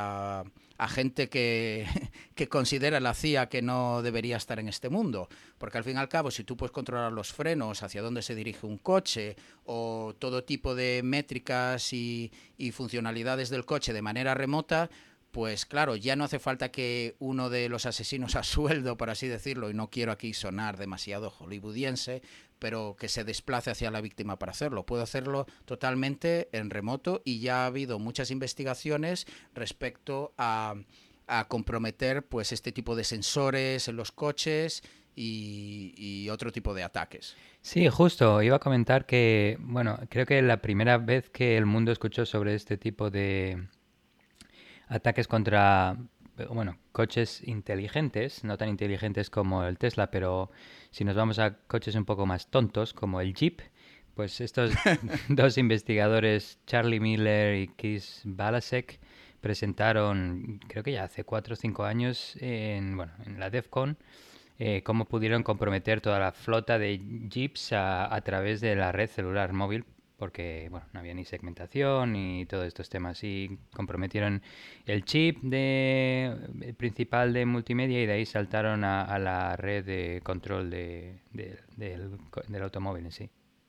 gente que considera la CIA que no debería estar en este mundo. Porque al fin y al cabo, si tú puedes controlar los frenos, hacia dónde se dirige un coche, o todo tipo de métricas y funcionalidades del coche de manera remota, pues claro, ya no hace falta que uno de los asesinos a sueldo, por así decirlo, y no quiero aquí sonar demasiado hollywoodiense, pero que se desplace hacia la víctima para hacerlo. Puedo hacerlo totalmente en remoto y ya ha habido muchas investigaciones respecto a comprometer pues este tipo de sensores en los coches y otro tipo de ataques. Sí, justo, iba a comentar que, bueno, creo que la primera vez que el mundo escuchó sobre este tipo de ataques contra, bueno, coches inteligentes, no tan inteligentes como el Tesla, pero si nos vamos a coches un poco más tontos, como el Jeep, pues estos dos investigadores, Charlie Miller y Keith Balasek, presentaron, creo que ya hace 4 o 5 años, en la DEF CON, cómo pudieron comprometer toda la flota de Jeeps a través de la red celular móvil, porque bueno, no había ni segmentación ni todos estos temas, y comprometieron el chip el principal de multimedia, y de ahí saltaron a la red de control del automóvil en sí.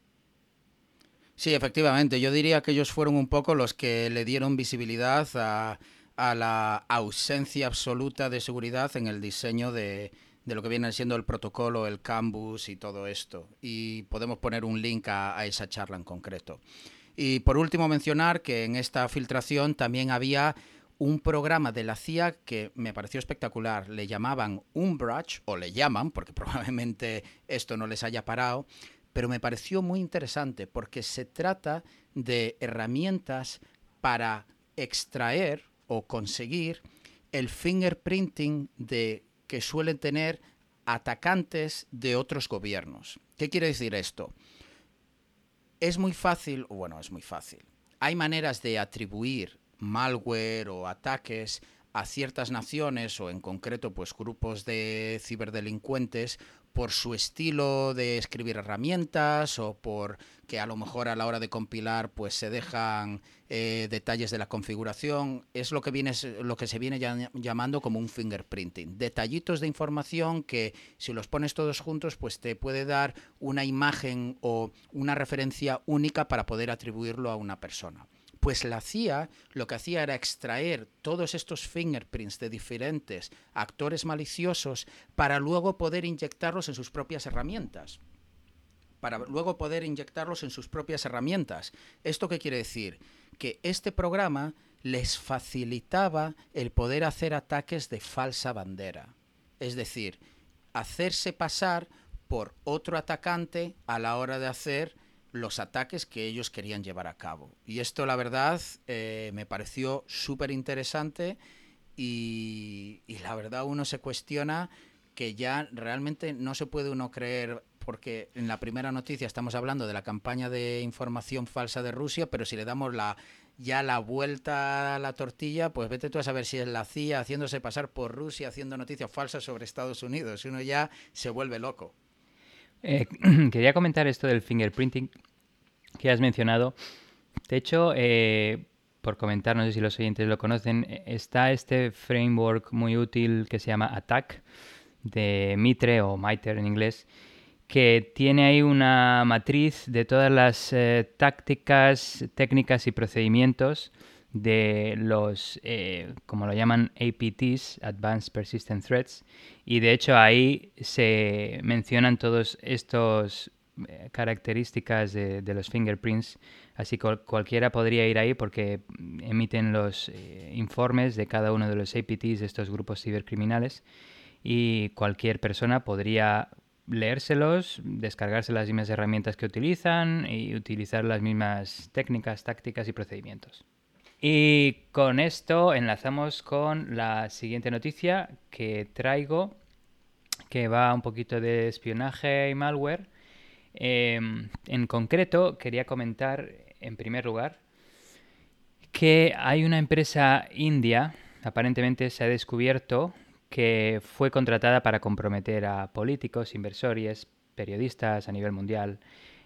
Sí, efectivamente. Yo diría que ellos fueron un poco los que le dieron visibilidad a la ausencia absoluta de seguridad en el diseño de lo que viene siendo el protocolo, el CAN bus y todo esto. Y podemos poner un link a esa charla en concreto. Y por último mencionar que en esta filtración también había un programa de la CIA que me pareció espectacular. Le llamaban Umbrage, o le llaman, porque probablemente esto no les haya parado, pero me pareció muy interesante porque se trata de herramientas para extraer o conseguir el fingerprinting que suelen tener atacantes de otros gobiernos. ¿Qué quiere decir esto? Es muy fácil. Hay maneras de atribuir malware o ataques a ciertas naciones o en concreto pues grupos de ciberdelincuentes por su estilo de escribir herramientas o por que a lo mejor a la hora de compilar pues se dejan detalles de la configuración. Es lo que se viene llamando como un fingerprinting. Detallitos de información que si los pones todos juntos pues te puede dar una imagen o una referencia única para poder atribuirlo a una persona. Pues la CIA lo que hacía era extraer todos estos fingerprints de diferentes actores maliciosos para luego poder inyectarlos en sus propias herramientas. ¿Esto qué quiere decir? Que este programa les facilitaba el poder hacer ataques de falsa bandera. Es decir, hacerse pasar por otro atacante a la hora de hacer los ataques que ellos querían llevar a cabo. Y esto, la verdad, me pareció súper interesante y la verdad uno se cuestiona que ya realmente no se puede uno creer, porque en la primera noticia estamos hablando de la campaña de información falsa de Rusia, pero si le damos ya la vuelta a la tortilla, pues vete tú a saber si es la CIA haciéndose pasar por Rusia, haciendo noticias falsas sobre Estados Unidos. Uno ya se vuelve loco. Quería comentar esto del fingerprinting que has mencionado. De hecho, por comentar, no sé si los oyentes lo conocen, está este framework muy útil que se llama ATT&CK, de Mitre o MITRE en inglés, que tiene ahí una matriz de todas las tácticas, técnicas y procedimientos de los, como lo llaman, APTs, Advanced Persistent Threats, y de hecho ahí se mencionan todos estos características de los fingerprints, así que cualquiera podría ir ahí porque emiten los informes de cada uno de los APTs de estos grupos cibercriminales y cualquier persona podría leérselos, descargarse las mismas herramientas que utilizan y utilizar las mismas técnicas, tácticas y procedimientos. Y con esto enlazamos con la siguiente noticia que traigo, que va un poquito de espionaje y malware. En concreto, quería comentar, en primer lugar, que hay una empresa india, aparentemente se ha descubierto, que fue contratada para comprometer a políticos, inversores, periodistas a nivel mundial.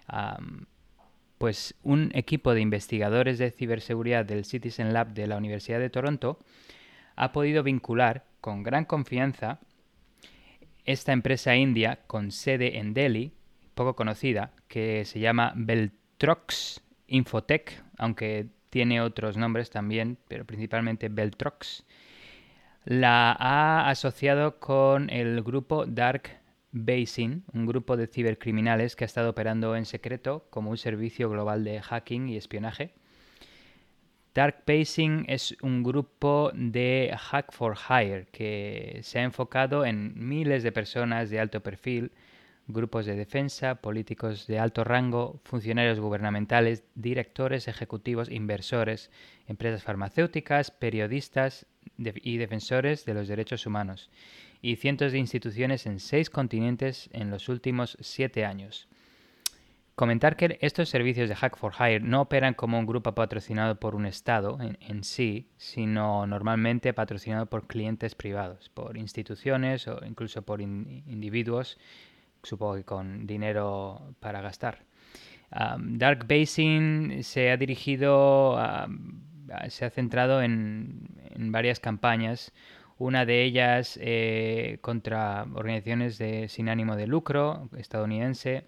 Pues un equipo de investigadores de ciberseguridad del Citizen Lab de la Universidad de Toronto ha podido vincular con gran confianza esta empresa india con sede en Delhi, poco conocida, que se llama Beltrox Infotech, aunque tiene otros nombres también, pero principalmente Beltrox. La ha asociado con el grupo Dark Basin, un grupo de cibercriminales que ha estado operando en secreto como un servicio global de hacking y espionaje. Dark Basin es un grupo de Hack for Hire que se ha enfocado en miles de personas de alto perfil, grupos de defensa, políticos de alto rango, funcionarios gubernamentales, directores ejecutivos, inversores, empresas farmacéuticas, periodistas y defensores de los derechos humanos, y cientos de instituciones en 6 continentes en los últimos 7 años. Comentar que estos servicios de Hack for Hire no operan como un grupo patrocinado por un Estado en sí, sino normalmente patrocinado por clientes privados, por instituciones o incluso por individuos, supongo que con dinero para gastar. Dark Basin se ha dirigido, se ha centrado en varias campañas, una de ellas contra organizaciones sin ánimo de lucro estadounidense,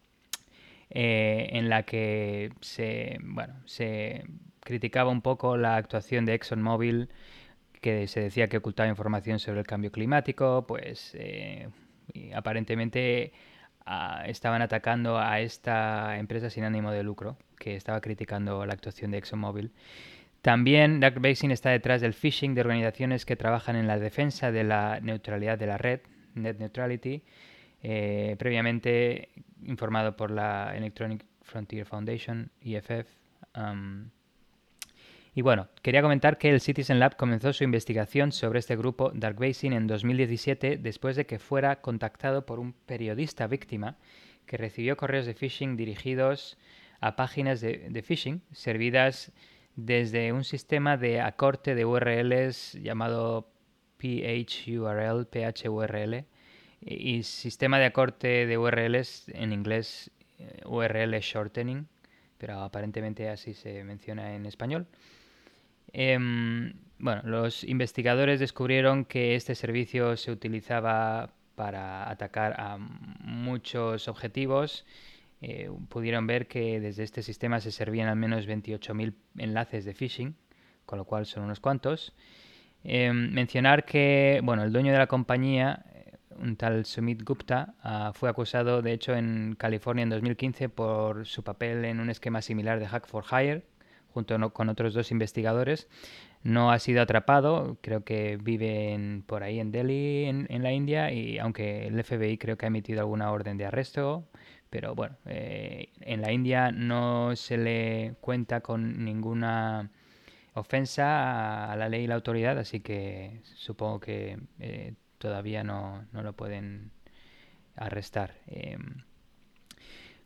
en la que se criticaba un poco la actuación de ExxonMobil, que se decía que ocultaba información sobre el cambio climático, pues y aparentemente estaban atacando a esta empresa sin ánimo de lucro que estaba criticando la actuación de ExxonMobil. También Dark Basin está detrás del phishing de organizaciones que trabajan en la defensa de la neutralidad de la red, Net Neutrality, previamente informado por la Electronic Frontier Foundation, EFF. Y bueno, quería comentar que el Citizen Lab comenzó su investigación sobre este grupo Dark Basin en 2017 después de que fuera contactado por un periodista víctima que recibió correos de phishing dirigidos a páginas de phishing servidas desde un sistema de acorte de URLs llamado PHURL, y sistema de acorte de URLs en inglés URL shortening, pero aparentemente así se menciona en español. Bueno, los investigadores descubrieron que este servicio se utilizaba para atacar a muchos objetivos. Pudieron ver que desde este sistema se servían al menos 28.000 enlaces de phishing, con lo cual son unos cuantos. Mencionar que, bueno, el dueño de la compañía, un tal Sumit Gupta, fue acusado, de hecho, en California en 2015 por su papel en un esquema similar de Hack for Hire, junto con otros 2 investigadores. No ha sido atrapado, creo que vive por ahí en Delhi, en la India, y aunque el FBI creo que ha emitido alguna orden de arresto, pero bueno, en la India no se le cuenta con ninguna ofensa a la ley y la autoridad, así que supongo que todavía no lo pueden arrestar.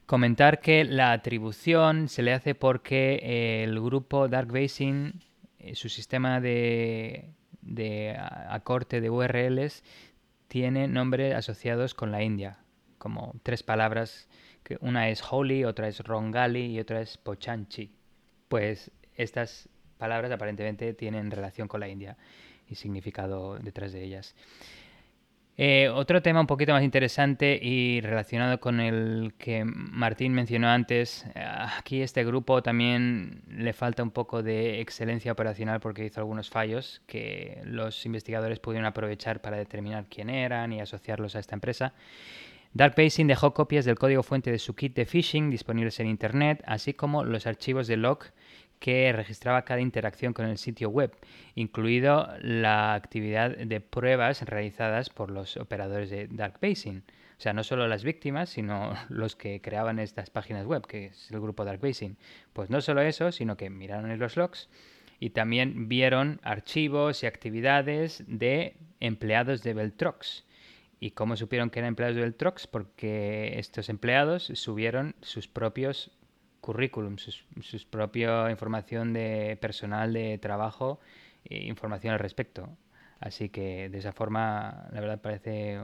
Comentar que la atribución se le hace porque el grupo Dark Basin, su sistema de acorte de URLs, tiene nombres asociados con la India, como 3 palabras, que una es Holy, otra es Rongali y otra es Pochanchi. Pues estas palabras aparentemente tienen relación con la India y significado detrás de ellas. Otro tema un poquito más interesante y relacionado con el que Martín mencionó antes, aquí este grupo también le falta un poco de excelencia operacional porque hizo algunos fallos que los investigadores pudieron aprovechar para determinar quién eran y asociarlos a esta empresa. Dark Basin dejó copias del código fuente de su kit de phishing disponibles en Internet, así como los archivos de log que registraba cada interacción con el sitio web, incluido la actividad de pruebas realizadas por los operadores de Dark Basin. O sea, no solo las víctimas, sino los que creaban estas páginas web, que es el grupo Dark Basin. Pues no solo eso, sino que miraron en los logs y también vieron archivos y actividades de empleados de Beltrox. ¿Y cómo supieron que eran empleados de Beltrox? Porque estos empleados subieron sus propios currículum, sus propia información de personal de trabajo e información al respecto. Así que de esa forma, la verdad, parece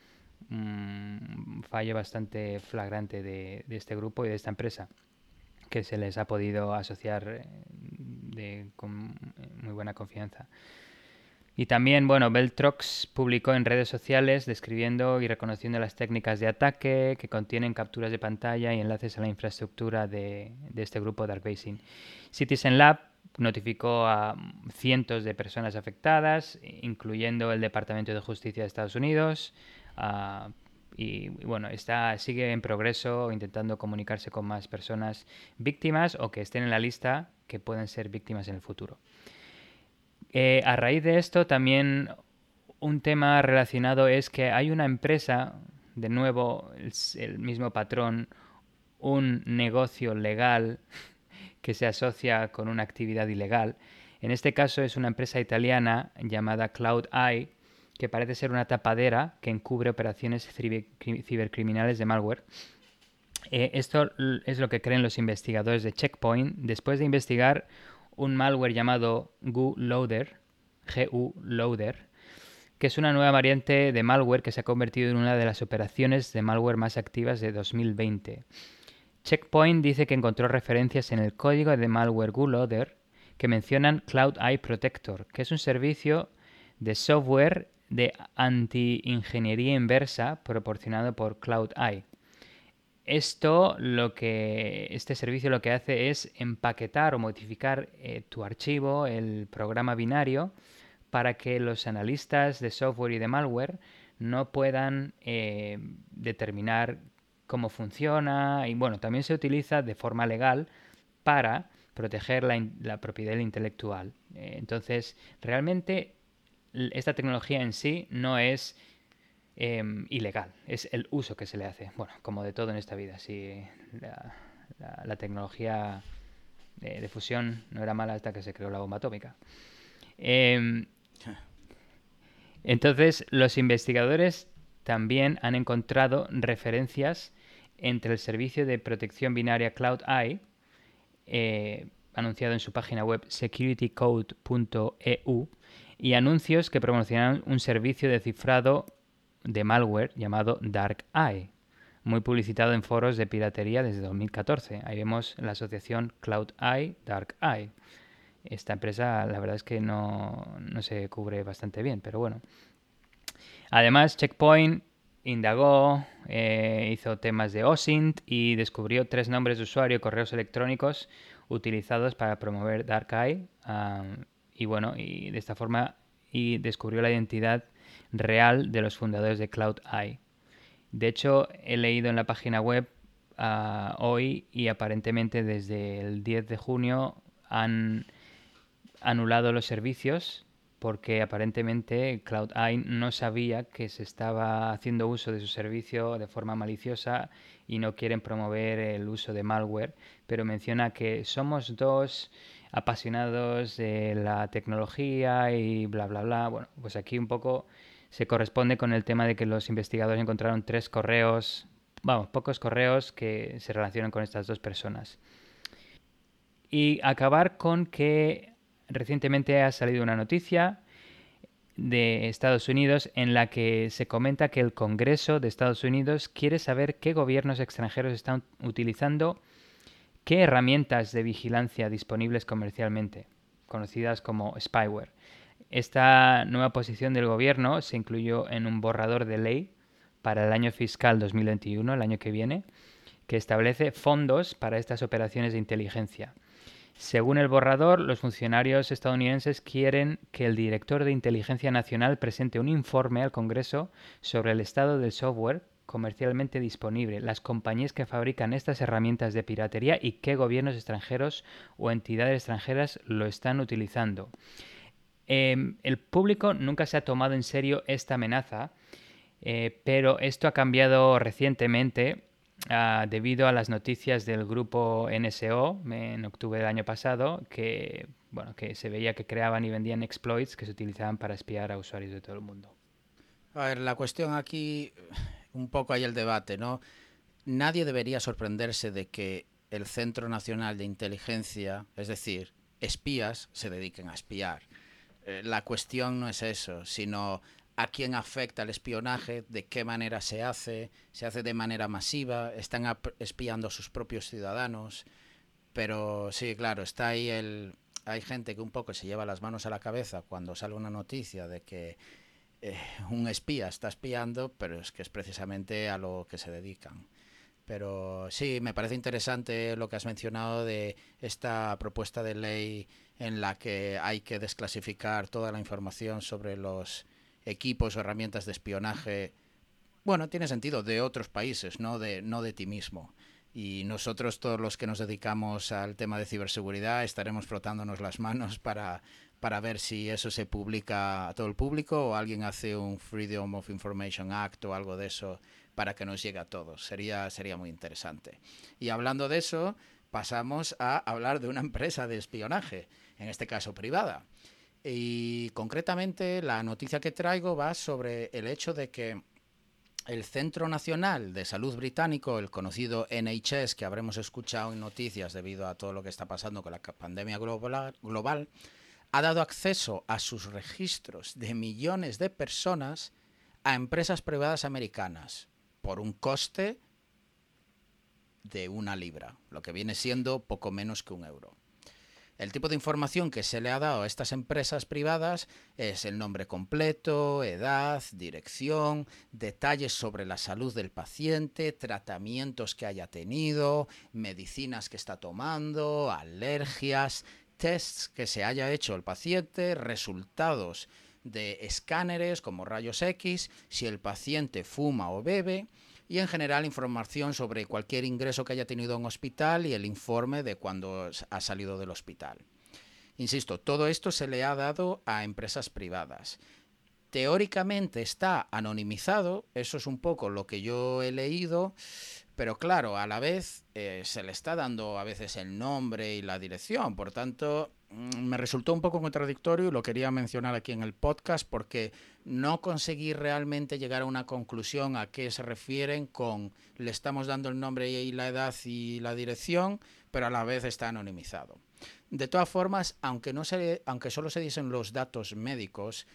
un fallo bastante flagrante de este grupo y de esta empresa, que se les ha podido asociar con muy buena confianza. Y también, bueno, Beltrox publicó en redes sociales describiendo y reconociendo las técnicas de ataque que contienen capturas de pantalla y enlaces a la infraestructura de este grupo Dark Basin. Citizen Lab notificó a cientos de personas afectadas, incluyendo el Departamento de Justicia de Estados Unidos, y bueno, sigue en progreso intentando comunicarse con más personas víctimas o que estén en la lista que pueden ser víctimas en el futuro. A raíz de esto, también un tema relacionado es que hay una empresa, de nuevo, el mismo patrón, un negocio legal que se asocia con una actividad ilegal. En este caso es una empresa italiana llamada CloudEye, que parece ser una tapadera que encubre operaciones cibercriminales de malware. Esto es lo que creen los investigadores de Checkpoint después de investigar un malware llamado GuLoader, GULoader, que es una nueva variante de malware que se ha convertido en una de las operaciones de malware más activas de 2020. Checkpoint dice que encontró referencias en el código de malware GuLoader que mencionan CloudEye Protector, que es un servicio de software de anti-ingeniería inversa proporcionado por CloudEye. Este servicio lo que hace es empaquetar o modificar tu archivo, el programa binario, para que los analistas de software y de malware no puedan determinar cómo funciona. Y bueno, también se utiliza de forma legal para proteger la propiedad intelectual. Entonces, realmente esta tecnología en sí no es ilegal, es el uso que se le hace. Bueno, como de todo en esta vida, si la tecnología de fusión no era mala hasta que se creó la bomba atómica. Entonces, los investigadores también han encontrado referencias entre el servicio de protección binaria CloudEye, anunciado en su página web securitycode.eu, y anuncios que promocionan un servicio de cifrado de malware llamado DarkEye, muy publicitado en foros de piratería desde 2014. Ahí vemos la asociación CloudEye, DarkEye. Esta empresa, la verdad es que no se cubre bastante bien, pero bueno. Además, Checkpoint indagó, hizo temas de OSINT y descubrió 3 nombres de usuario y correos electrónicos utilizados para promover DarkEye. Y bueno, y de esta forma descubrió la identidad real de los fundadores de CloudEye. De hecho, he leído en la página web hoy y aparentemente desde el 10 de junio han anulado los servicios porque aparentemente CloudEye no sabía que se estaba haciendo uso de su servicio de forma maliciosa y no quieren promover el uso de malware, pero menciona que somos 2 apasionados de la tecnología y bla bla bla. Bueno, pues aquí un poco se corresponde con el tema de que los investigadores encontraron 3 correos pocos correos que se relacionan con estas dos personas. Y acabar con que recientemente ha salido una noticia de Estados Unidos en la que se comenta que el Congreso de Estados Unidos quiere saber qué gobiernos extranjeros están utilizando qué herramientas de vigilancia disponibles comercialmente, conocidas como spyware. Esta nueva posición del gobierno se incluyó en un borrador de ley para el año fiscal 2021, el año que viene, que establece fondos para estas operaciones de inteligencia. Según el borrador, los funcionarios estadounidenses quieren que el director de Inteligencia Nacional presente un informe al Congreso sobre el estado del software comercialmente disponible, las compañías que fabrican estas herramientas de piratería y qué gobiernos extranjeros o entidades extranjeras lo están utilizando. El público nunca se ha tomado en serio esta amenaza, pero esto ha cambiado recientemente debido a las noticias del grupo NSO en octubre del año pasado, que se veía que creaban y vendían exploits que se utilizaban para espiar a usuarios de todo el mundo. A ver, la cuestión aquí, un poco hay el debate, ¿no? Nadie debería sorprenderse de que el Centro Nacional de Inteligencia, es decir, espías, se dediquen a espiar. La cuestión no es eso, sino a quién afecta el espionaje, de qué manera se hace de manera masiva, están espiando a sus propios ciudadanos, pero sí, claro, está ahí hay gente que un poco se lleva las manos a la cabeza cuando sale una noticia de que un espía está espiando, pero es que es precisamente a lo que se dedican. Pero sí, me parece interesante lo que has mencionado de esta propuesta de ley en la que hay que desclasificar toda la información sobre los equipos o herramientas de espionaje. Bueno, tiene sentido, de otros países, no de ti mismo. Y nosotros, todos los que nos dedicamos al tema de ciberseguridad, estaremos frotándonos las manos para ver si eso se publica a todo el público o alguien hace un Freedom of Information Act o algo de eso para que nos llegue a todos. Sería muy interesante. Y hablando de eso, pasamos a hablar de una empresa de espionaje, en este caso privada. Y concretamente la noticia que traigo va sobre el hecho de que el Centro Nacional de Salud británico, el conocido NHS, que habremos escuchado en noticias debido a todo lo que está pasando con la pandemia global, ha dado acceso a sus registros de millones de personas a empresas privadas americanas por un coste de £1, lo que viene siendo poco menos que €1. El tipo de información que se le ha dado a estas empresas privadas es el nombre completo, edad, dirección, detalles sobre la salud del paciente, tratamientos que haya tenido, medicinas que está tomando, alergias, tests que se haya hecho el paciente, resultados de escáneres como rayos X, si el paciente fuma o bebe, y en general información sobre cualquier ingreso que haya tenido en hospital y el informe de cuando ha salido del hospital. Insisto, todo esto se le ha dado a empresas privadas. Teóricamente está anonimizado, eso es un poco lo que yo he leído, pero claro, a la vez se le está dando a veces el nombre y la dirección, por tanto me resultó un poco contradictorio y lo quería mencionar aquí en el podcast porque no conseguí realmente llegar a una conclusión a qué se refieren con le estamos dando el nombre y la edad y la dirección, pero a la vez está anonimizado. De todas formas, aunque solo se dicen los datos médicos,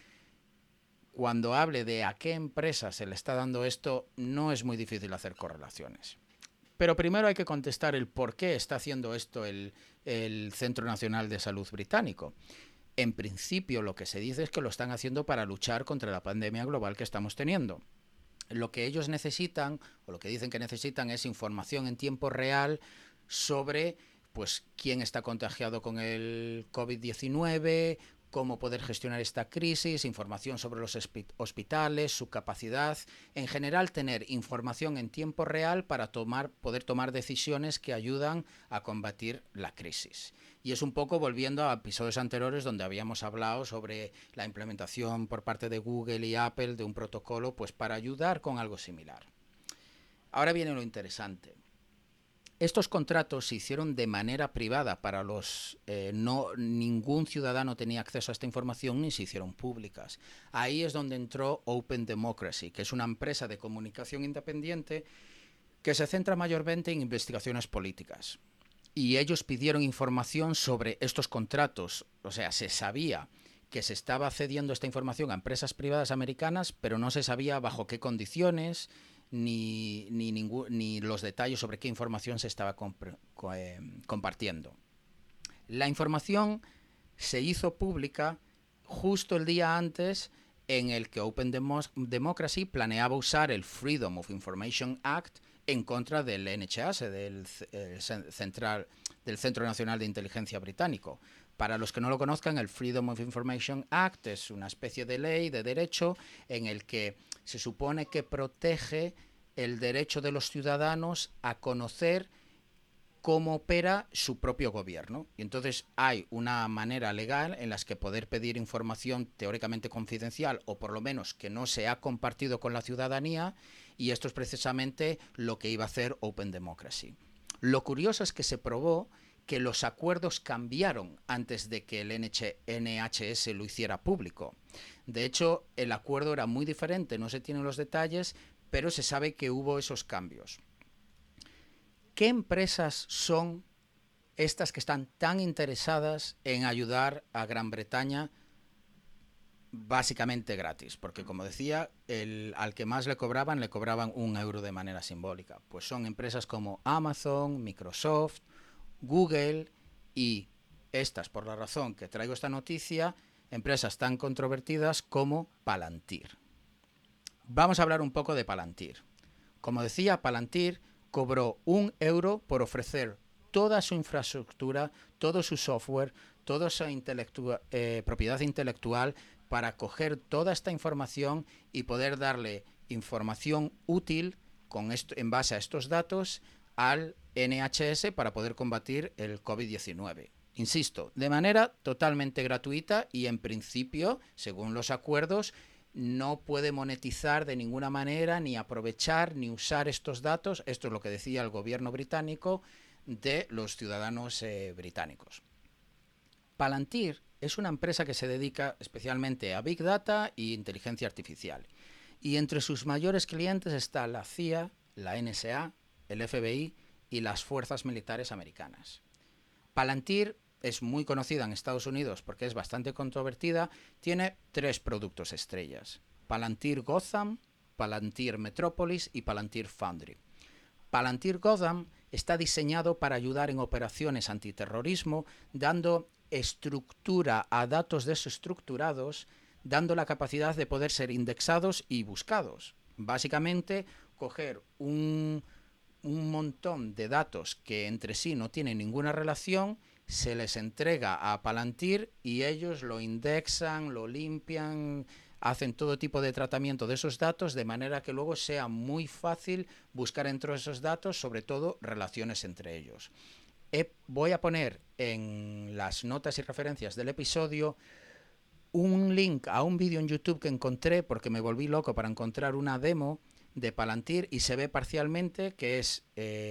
cuando hable de a qué empresa se le está dando esto, no es muy difícil hacer correlaciones. Pero primero hay que contestar el por qué está haciendo esto el Centro Nacional de Salud británico. En principio, lo que se dice es que lo están haciendo para luchar contra la pandemia global que estamos teniendo. Lo que ellos necesitan, o lo que dicen que necesitan, es información en tiempo real sobre pues quién está contagiado con el COVID-19, cómo poder gestionar esta crisis, información sobre los hospitales, su capacidad, en general tener información en tiempo real para poder tomar decisiones que ayudan a combatir la crisis. Y es un poco volviendo a episodios anteriores donde habíamos hablado sobre la implementación por parte de Google y Apple de un protocolo pues para ayudar con algo similar. Ahora viene lo interesante. Estos contratos se hicieron de manera privada para ningún ciudadano tenía acceso a esta información ni se hicieron públicas. Ahí es donde entró Open Democracy, que es una empresa de comunicación independiente que se centra mayormente en investigaciones políticas. Y ellos pidieron información sobre estos contratos. O sea, se sabía que se estaba cediendo esta información a empresas privadas americanas, pero no se sabía bajo qué condiciones ni los detalles sobre qué información se estaba compartiendo. La información se hizo pública justo el día antes en el que Open Democracy planeaba usar el Freedom of Information Act en contra del NHS, del Centro Nacional de Inteligencia Británico. Para los que no lo conozcan, el Freedom of Information Act es una especie de ley, de derecho, en el que se supone que protege el derecho de los ciudadanos a conocer cómo opera su propio gobierno. Y entonces hay una manera legal en la que poder pedir información teóricamente confidencial o por lo menos que no se ha compartido con la ciudadanía, y esto es precisamente lo que iba a hacer Open Democracy. Lo curioso es que se probó que los acuerdos cambiaron antes de que el NHS lo hiciera público. De hecho, el acuerdo era muy diferente, no se tienen los detalles, pero se sabe que hubo esos cambios. ¿Qué empresas son estas que están tan interesadas en ayudar a Gran Bretaña básicamente gratis? Porque, como decía, al que más le cobraban €1 de manera simbólica. Pues son empresas como Amazon, Microsoft, Google y estas, por la razón que traigo esta noticia, empresas tan controvertidas como Palantir. Vamos a hablar un poco de Palantir. Como decía, Palantir cobró €1 por ofrecer toda su infraestructura, todo su software, toda su propiedad intelectual para coger toda esta información y poder darle información útil en base a estos datos al NHS para poder combatir el COVID-19. Insisto, de manera totalmente gratuita y en principio, según los acuerdos, no puede monetizar de ninguna manera, ni aprovechar, ni usar estos datos. Esto es lo que decía el gobierno británico de los ciudadanos británicos. Palantir es una empresa que se dedica especialmente a Big Data e inteligencia artificial. Y entre sus mayores clientes está la CIA, la NSA, el FBI y las fuerzas militares americanas. Palantir es muy conocida en Estados Unidos porque es bastante controvertida. Tiene 3 productos estrellas: Palantir Gotham, Palantir Metropolis y Palantir Foundry. Palantir Gotham está diseñado para ayudar en operaciones antiterrorismo, dando estructura a datos desestructurados, dando la capacidad de poder ser indexados y buscados. Básicamente, coger un montón de datos que entre sí no tienen ninguna relación, se les entrega a Palantir y ellos lo indexan, lo limpian, hacen todo tipo de tratamiento de esos datos de manera que luego sea muy fácil buscar entre esos datos, sobre todo relaciones entre ellos. Voy a poner en las notas y referencias del episodio un link a un vídeo en YouTube que encontré porque me volví loco para encontrar una demo de Palantir y se ve parcialmente que es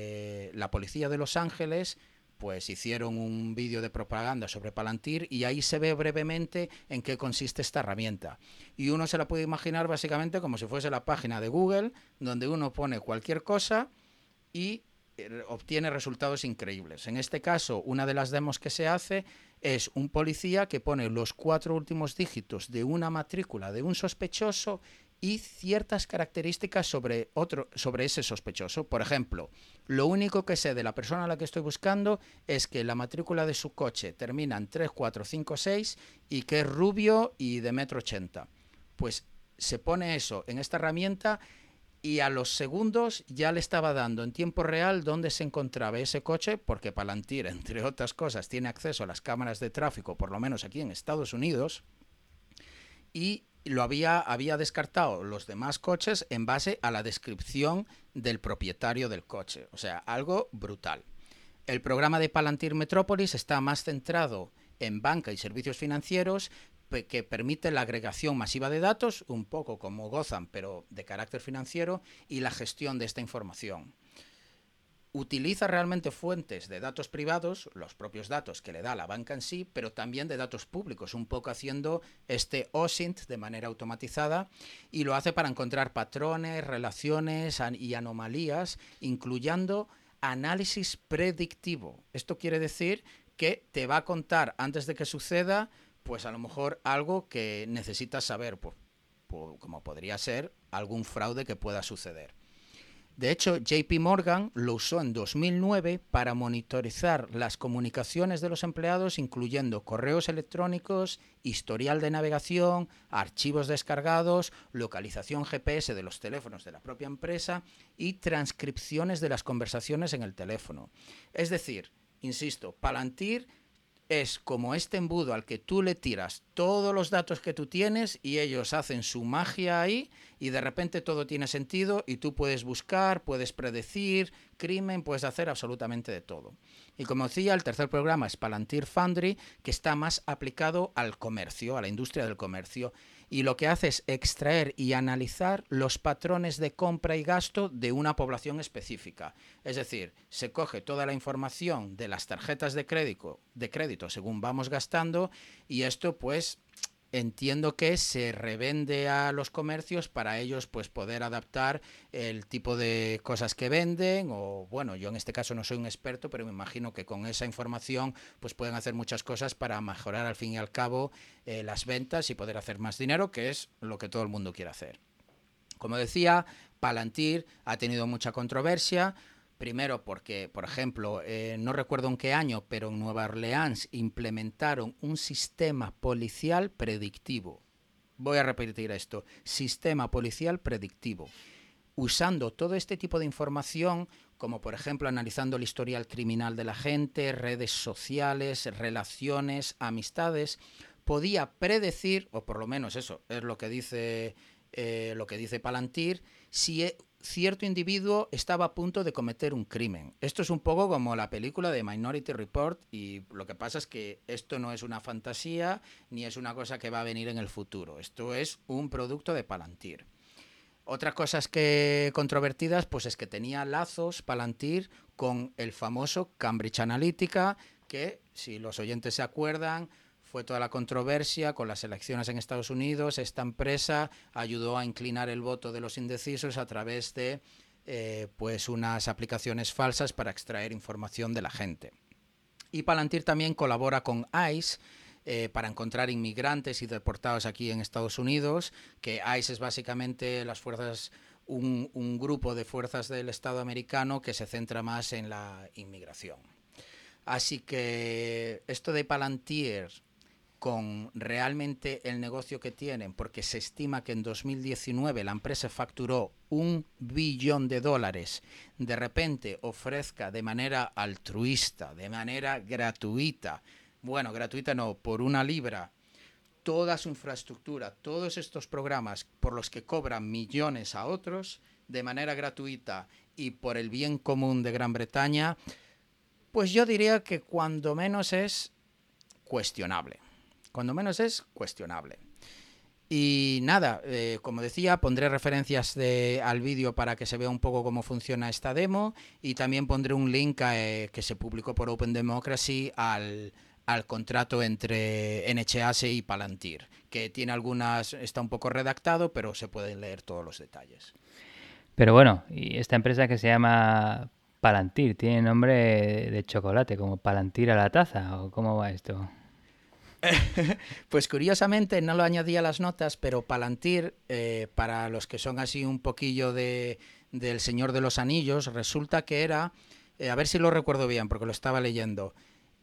la policía de Los Ángeles, pues hicieron un vídeo de propaganda sobre Palantir y ahí se ve brevemente en qué consiste esta herramienta. Y uno se la puede imaginar básicamente como si fuese la página de Google, donde uno pone cualquier cosa y obtiene resultados increíbles. En este caso, una de las demos que se hace es un policía que pone los 4 últimos dígitos de una matrícula de un sospechoso y ciertas características sobre ese sospechoso. Por ejemplo, lo único que sé de la persona a la que estoy buscando es que la matrícula de su coche termina en 3456 y que es rubio y de 1,80 m. Pues se pone eso en esta herramienta y a los segundos ya le estaba dando en tiempo real dónde se encontraba ese coche, porque Palantir, entre otras cosas, tiene acceso a las cámaras de tráfico, por lo menos aquí en Estados Unidos, y había descartado los demás coches en base a la descripción del propietario del coche. O sea, algo brutal. El programa de Palantir Metropolis está más centrado en banca y servicios financieros, que permite la agregación masiva de datos, un poco como Gotham, pero de carácter financiero, y la gestión de esta información. utiliza realmente fuentes de datos privados, los propios datos que le da la banca en sí, pero también de datos públicos, un poco haciendo este OSINT de manera automatizada, y lo hace para encontrar patrones, relaciones y anomalías, incluyendo análisis predictivo. Esto quiere decir que te va a contar antes de que suceda, pues a lo mejor algo que necesitas saber, como podría ser algún fraude que pueda suceder. De hecho, JP Morgan lo usó en 2009 para monitorizar las comunicaciones de los empleados, incluyendo correos electrónicos, historial de navegación, archivos descargados, localización GPS de los teléfonos de la propia empresa y transcripciones de las conversaciones en el teléfono. Es decir, insisto, Palantir es como este embudo al que tú le tiras todos los datos que tú tienes y ellos hacen su magia ahí y de repente todo tiene sentido y tú puedes buscar, puedes predecir crimen, puedes hacer absolutamente de todo. Y como decía, el tercer programa es Palantir Foundry, que está más aplicado al comercio, a la industria del comercio, y lo que hace es extraer y analizar los patrones de compra y gasto de una población específica. Es decir, se coge toda la información de las tarjetas de crédito según vamos gastando, y esto pues entiendo que se revende a los comercios para ellos pues poder adaptar el tipo de cosas que venden, o bueno, yo en este caso no soy un experto, pero me imagino que con esa información pues pueden hacer muchas cosas para mejorar al fin y al cabo las ventas y poder hacer más dinero, que es lo que todo el mundo quiere hacer. Como decía, Palantir ha tenido mucha controversia. Primero porque, por ejemplo, no recuerdo en qué año, pero en Nueva Orleans implementaron un sistema policial predictivo. Voy a repetir esto, sistema policial predictivo. Usando todo este tipo de información, como por ejemplo analizando el historial criminal de la gente, redes sociales, relaciones, amistades, podía predecir, o por lo menos eso es lo que dice Palantir, si cierto individuo estaba a punto de cometer un crimen. Esto es un poco como la película de Minority Report, y lo que pasa es que esto no es una fantasía ni es una cosa que va a venir en el futuro. Esto es un producto de Palantir. Otras cosas que controvertidas pues es que tenía lazos Palantir con el famoso Cambridge Analytica, que si los oyentes se acuerdan, fue toda la controversia con las elecciones en Estados Unidos. Esta empresa ayudó a inclinar el voto de los indecisos a través de pues unas aplicaciones falsas para extraer información de la gente. Y Palantir también colabora con ICE para encontrar inmigrantes y deportados aquí en Estados Unidos, que ICE es básicamente un grupo de fuerzas del Estado americano que se centra más en la inmigración. Así que esto de Palantir, con realmente el negocio que tienen, porque se estima que en 2019 la empresa facturó $1 billón, de repente ofrezca de manera altruista, de manera gratuita, bueno, gratuita no, por $1, toda su infraestructura, todos estos programas por los que cobran millones a otros, de manera gratuita y por el bien común de Gran Bretaña, pues yo diría que cuando menos es cuestionable. Cuando menos es cuestionable. Y nada, como decía, pondré referencias al vídeo para que se vea un poco cómo funciona esta demo, y también pondré un link que se publicó por Open Democracy al contrato entre NHS y Palantir, que tiene está un poco redactado, pero se pueden leer todos los detalles. Pero bueno, y esta empresa que se llama Palantir, ¿tiene nombre de chocolate, como Palantir a la taza, o cómo va esto? Pues curiosamente no lo añadí a las notas, pero Palantir, para los que son así un poquillo del Señor de los Anillos, resulta que era, a ver si lo recuerdo bien porque lo estaba leyendo,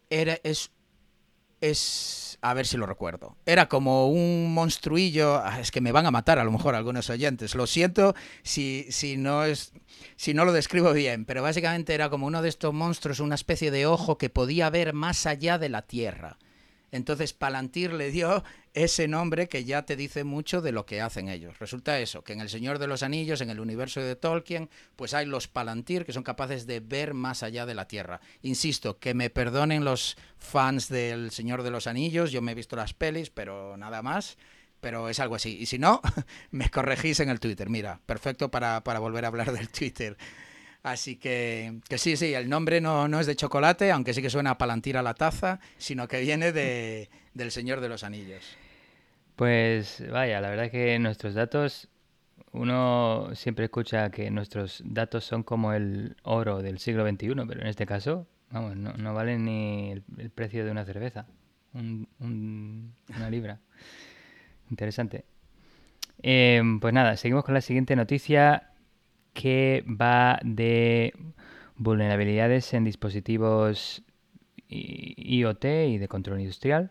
a ver si lo recuerdo, era como un monstruillo, es que me van a matar a lo mejor algunos oyentes, lo siento si no lo describo bien, pero básicamente era como uno de estos monstruos, una especie de ojo que podía ver más allá de la Tierra. Entonces Palantir le dio ese nombre que ya te dice mucho de lo que hacen ellos. Resulta eso, que en El Señor de los Anillos, en el universo de Tolkien, pues hay los Palantir que son capaces de ver más allá de la Tierra. Insisto, que me perdonen los fans del Señor de los Anillos, yo me he visto las pelis, pero nada más, pero es algo así. Y si no, me corregís en el Twitter. Mira, perfecto para volver a hablar del Twitter. Así que sí, el nombre no es de chocolate, aunque sí que suena a Palantir a la taza, sino que viene del Señor de los Anillos. Pues vaya, la verdad que nuestros datos, uno siempre escucha que nuestros datos son como el oro del siglo XXI, pero en este caso, vamos, no valen ni el precio de una cerveza, una libra. Interesante. Pues nada, seguimos con la siguiente noticia que va de vulnerabilidades en dispositivos IoT y de control industrial.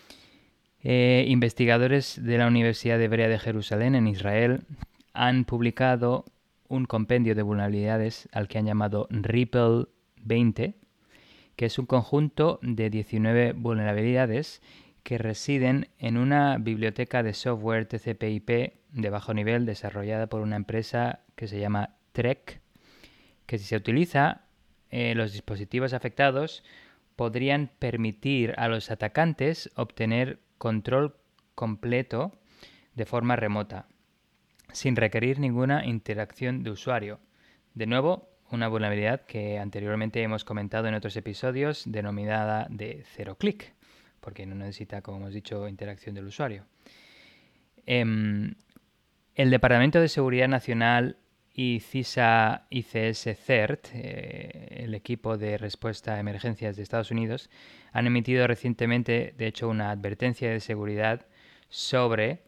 Investigadores de la Universidad Hebrea de Jerusalén en Israel han publicado un compendio de vulnerabilidades al que han llamado Ripple 20, que es un conjunto de 19 vulnerabilidades que residen en una biblioteca de software TCP/IP de bajo nivel desarrollada por una empresa que se llama Trek, que si se utiliza, los dispositivos afectados podrían permitir a los atacantes obtener control completo de forma remota, sin requerir ninguna interacción de usuario. De nuevo, una vulnerabilidad que anteriormente hemos comentado en otros episodios, denominada de cero clic, porque no necesita, como hemos dicho, interacción del usuario. El Departamento de Seguridad Nacional y CISA ICS CERT, el equipo de respuesta a emergencias de Estados Unidos, han emitido recientemente, de hecho, una advertencia de seguridad sobre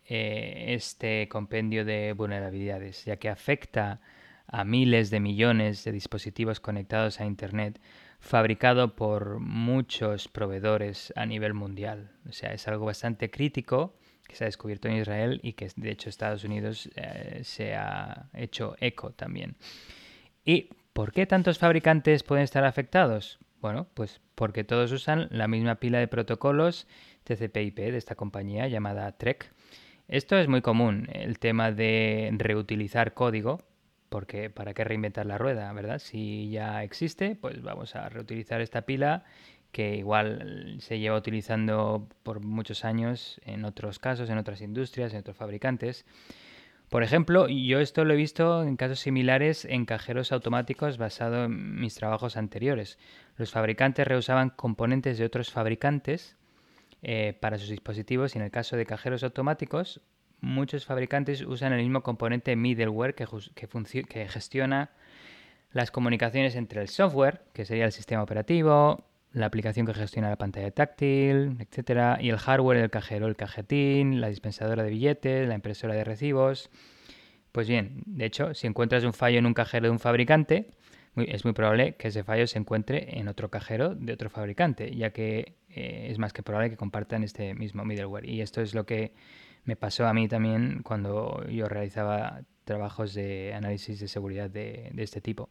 este compendio de vulnerabilidades, ya que afecta a miles de millones de dispositivos conectados a Internet, fabricado por muchos proveedores a nivel mundial. O sea, es algo bastante crítico que se ha descubierto en Israel y que de hecho Estados Unidos se ha hecho eco también. ¿Y por qué tantos fabricantes pueden estar afectados? Bueno, pues porque todos usan la misma pila de protocolos TCP/IP de esta compañía llamada Trek. Esto es muy común, el tema de reutilizar código, porque ¿para qué reinventar la rueda, verdad? Si ya existe, pues vamos a reutilizar esta pila que igual se lleva utilizando por muchos años en otros casos, en otras industrias, en otros fabricantes. Por ejemplo, yo esto lo he visto en casos similares en cajeros automáticos basado en mis trabajos anteriores. Los fabricantes reusaban componentes de otros fabricantes para sus dispositivos y en el caso de cajeros automáticos, muchos fabricantes usan el mismo componente middleware que gestiona las comunicaciones entre el software, que sería el sistema operativo, la aplicación que gestiona la pantalla táctil, etcétera, y el hardware del cajero, el cajetín, la dispensadora de billetes, la impresora de recibos. Pues bien, de hecho, si encuentras un fallo en un cajero de un fabricante, es muy probable que ese fallo se encuentre en otro cajero de otro fabricante, ya que es más que probable que compartan este mismo middleware. Y esto es lo que me pasó a mí también cuando yo realizaba trabajos de análisis de seguridad de este tipo.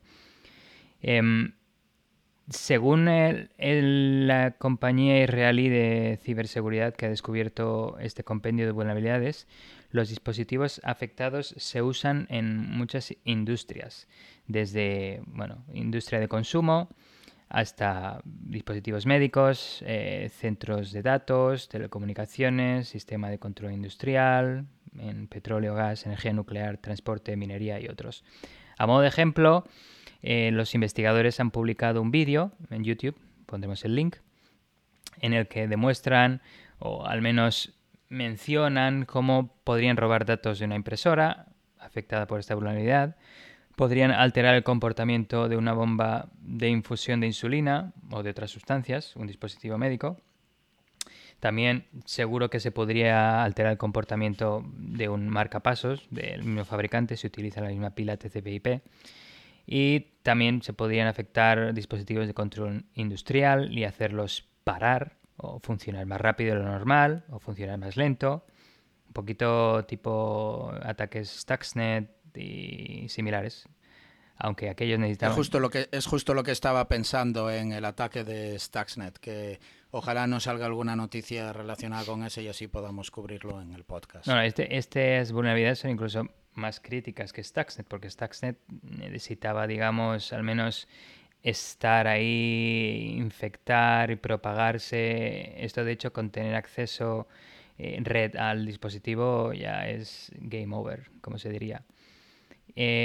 Según la compañía israelí de ciberseguridad que ha descubierto este compendio de vulnerabilidades, los dispositivos afectados se usan en muchas industrias, desde industria de consumo hasta dispositivos médicos, centros de datos, telecomunicaciones, sistema de control industrial, en petróleo, gas, energía nuclear, transporte, minería y otros. A modo de ejemplo, los investigadores han publicado un vídeo en YouTube, pondremos el link, en el que demuestran o al menos mencionan cómo podrían robar datos de una impresora afectada por esta vulnerabilidad, podrían alterar el comportamiento de una bomba de infusión de insulina o de otras sustancias, un dispositivo médico. También seguro que se podría alterar el comportamiento de un marcapasos del mismo fabricante si utiliza la misma pila TCP/IP. Y también se podrían afectar dispositivos de control industrial y hacerlos parar o funcionar más rápido de lo normal o funcionar más lento. Un poquito tipo ataques Stuxnet y similares. Aunque aquellos necesitaban... Es justo lo que estaba pensando en el ataque de Stuxnet, que ojalá nos salga alguna noticia relacionada con ese y así podamos cubrirlo en el podcast. No, estas vulnerabilidades son incluso más críticas que Stuxnet, porque Stuxnet necesitaba, digamos, al menos estar ahí, infectar y propagarse. Esto, de hecho, con tener acceso en red al dispositivo ya es game over, como se diría.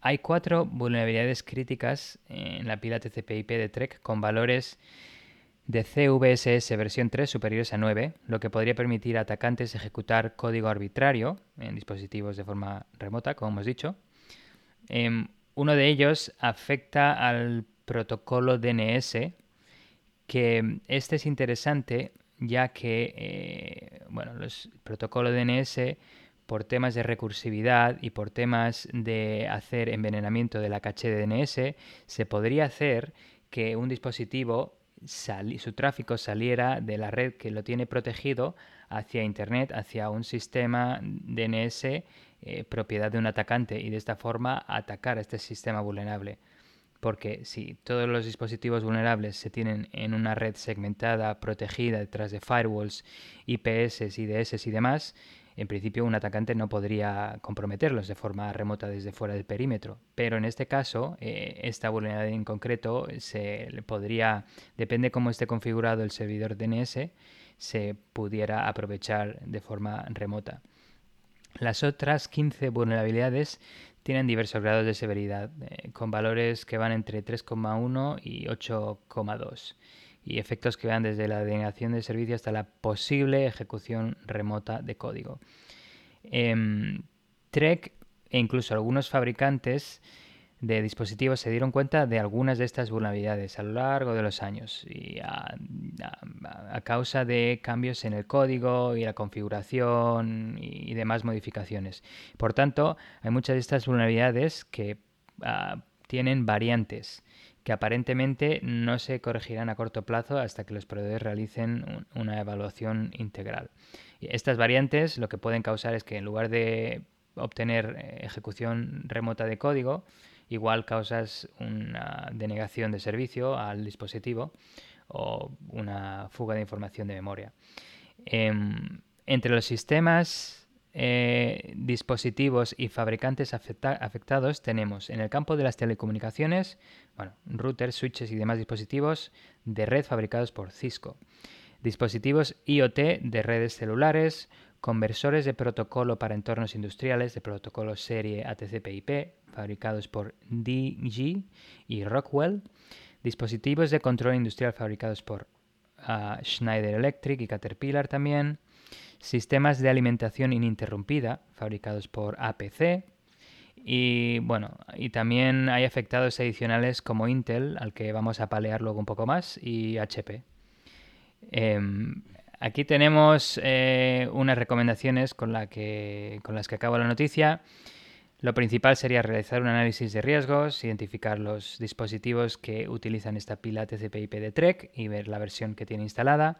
Hay 4 vulnerabilidades críticas en la pila TCP/IP de Trek con valores de CVSS versión 3 superiores a 9, lo que podría permitir a atacantes ejecutar código arbitrario en dispositivos de forma remota, como hemos dicho. Uno de ellos afecta al protocolo DNS, que este es interesante ya que los protocolos DNS, por temas de recursividad y por temas de hacer envenenamiento de la caché de DNS, se podría hacer que un dispositivo, su tráfico saliera de la red que lo tiene protegido hacia Internet, hacia un sistema DNS propiedad de un atacante, y de esta forma atacar a este sistema vulnerable. Porque si todos los dispositivos vulnerables se tienen en una red segmentada, protegida detrás de firewalls, IPS, IDS y demás, en principio un atacante no podría comprometerlos de forma remota desde fuera del perímetro. Pero en este caso, esta vulnerabilidad en concreto se le podría, depende cómo esté configurado el servidor DNS, se pudiera aprovechar de forma remota. Las otras 15 vulnerabilidades tienen diversos grados de severidad, con valores que van entre 3,1 y 8,2, y efectos que van desde la denegación de servicio hasta la posible ejecución remota de código. Trek e incluso algunos fabricantes de dispositivos se dieron cuenta de algunas de estas vulnerabilidades a lo largo de los años, y a causa de cambios en el código y la configuración y demás modificaciones. Por tanto, hay muchas de estas vulnerabilidades que tienen variantes que aparentemente no se corregirán a corto plazo hasta que los proveedores realicen una evaluación integral. Y estas variantes lo que pueden causar es que en lugar de obtener ejecución remota de código, igual causas una denegación de servicio al dispositivo o una fuga de información de memoria. Entre los sistemas, dispositivos y fabricantes afectados tenemos en el campo de las telecomunicaciones, routers, switches y demás dispositivos de red fabricados por Cisco, dispositivos IoT de redes celulares, conversores de protocolo para entornos industriales de protocolo serie ATCP/IP fabricados por DG y Rockwell, dispositivos de control industrial fabricados por Schneider Electric y Caterpillar también, sistemas de alimentación ininterrumpida fabricados por APC, y también hay afectados adicionales como Intel, al que vamos a palear luego un poco más, y HP. Aquí tenemos unas recomendaciones con las que acabo la noticia. Lo principal sería realizar un análisis de riesgos, identificar los dispositivos que utilizan esta pila TCP/IP de Trek y ver la versión que tiene instalada.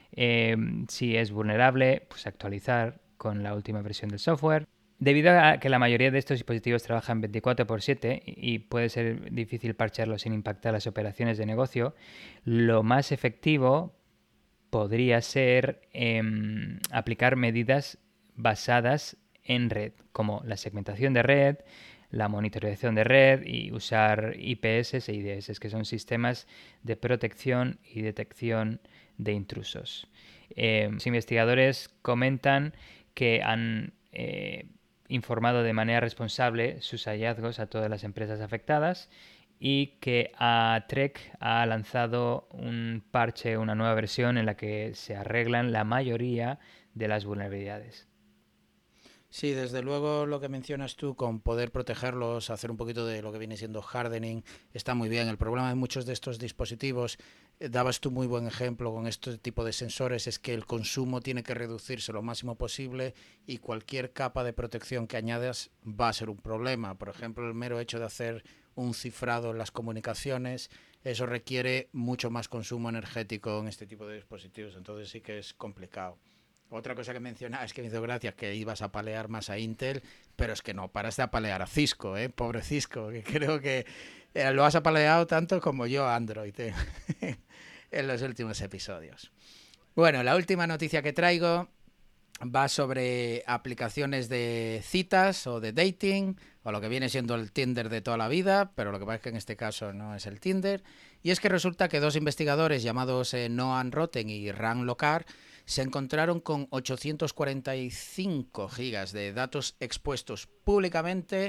Si es vulnerable, pues actualizar con la última versión del software. Debido a que la mayoría de estos dispositivos trabajan 24/7 y puede ser difícil parchearlos sin impactar las operaciones de negocio, lo más efectivo podría ser aplicar medidas basadas en red, como la segmentación de red, la monitorización de red y usar IPS e IDS, que son sistemas de protección y detección de intrusos. Los investigadores comentan que han informado de manera responsable sus hallazgos a todas las empresas afectadas y que Trek ha lanzado un parche, una nueva versión en la que se arreglan la mayoría de las vulnerabilidades. Sí, desde luego lo que mencionas tú con poder protegerlos, hacer un poquito de lo que viene siendo hardening, está muy bien. El problema de muchos de estos dispositivos, dabas tú muy buen ejemplo con este tipo de sensores, es que el consumo tiene que reducirse lo máximo posible y cualquier capa de protección que añadas va a ser un problema. Por ejemplo, el mero hecho de hacer un cifrado en las comunicaciones, eso requiere mucho más consumo energético en este tipo de dispositivos, entonces sí que es complicado. Otra cosa que mencionabas que me hizo gracia, que ibas a palear más a Intel, pero es que no paras de apalear a Cisco, pobre Cisco, que creo que lo has apaleado tanto como yo a Android en los últimos episodios. Bueno, la última noticia que traigo va sobre aplicaciones de citas o de dating, o lo que viene siendo el Tinder de toda la vida, pero lo que pasa es que en este caso no es el Tinder. Y es que resulta que dos investigadores llamados Noam Roten y Ran Lokar se encontraron con 845 gigas de datos expuestos públicamente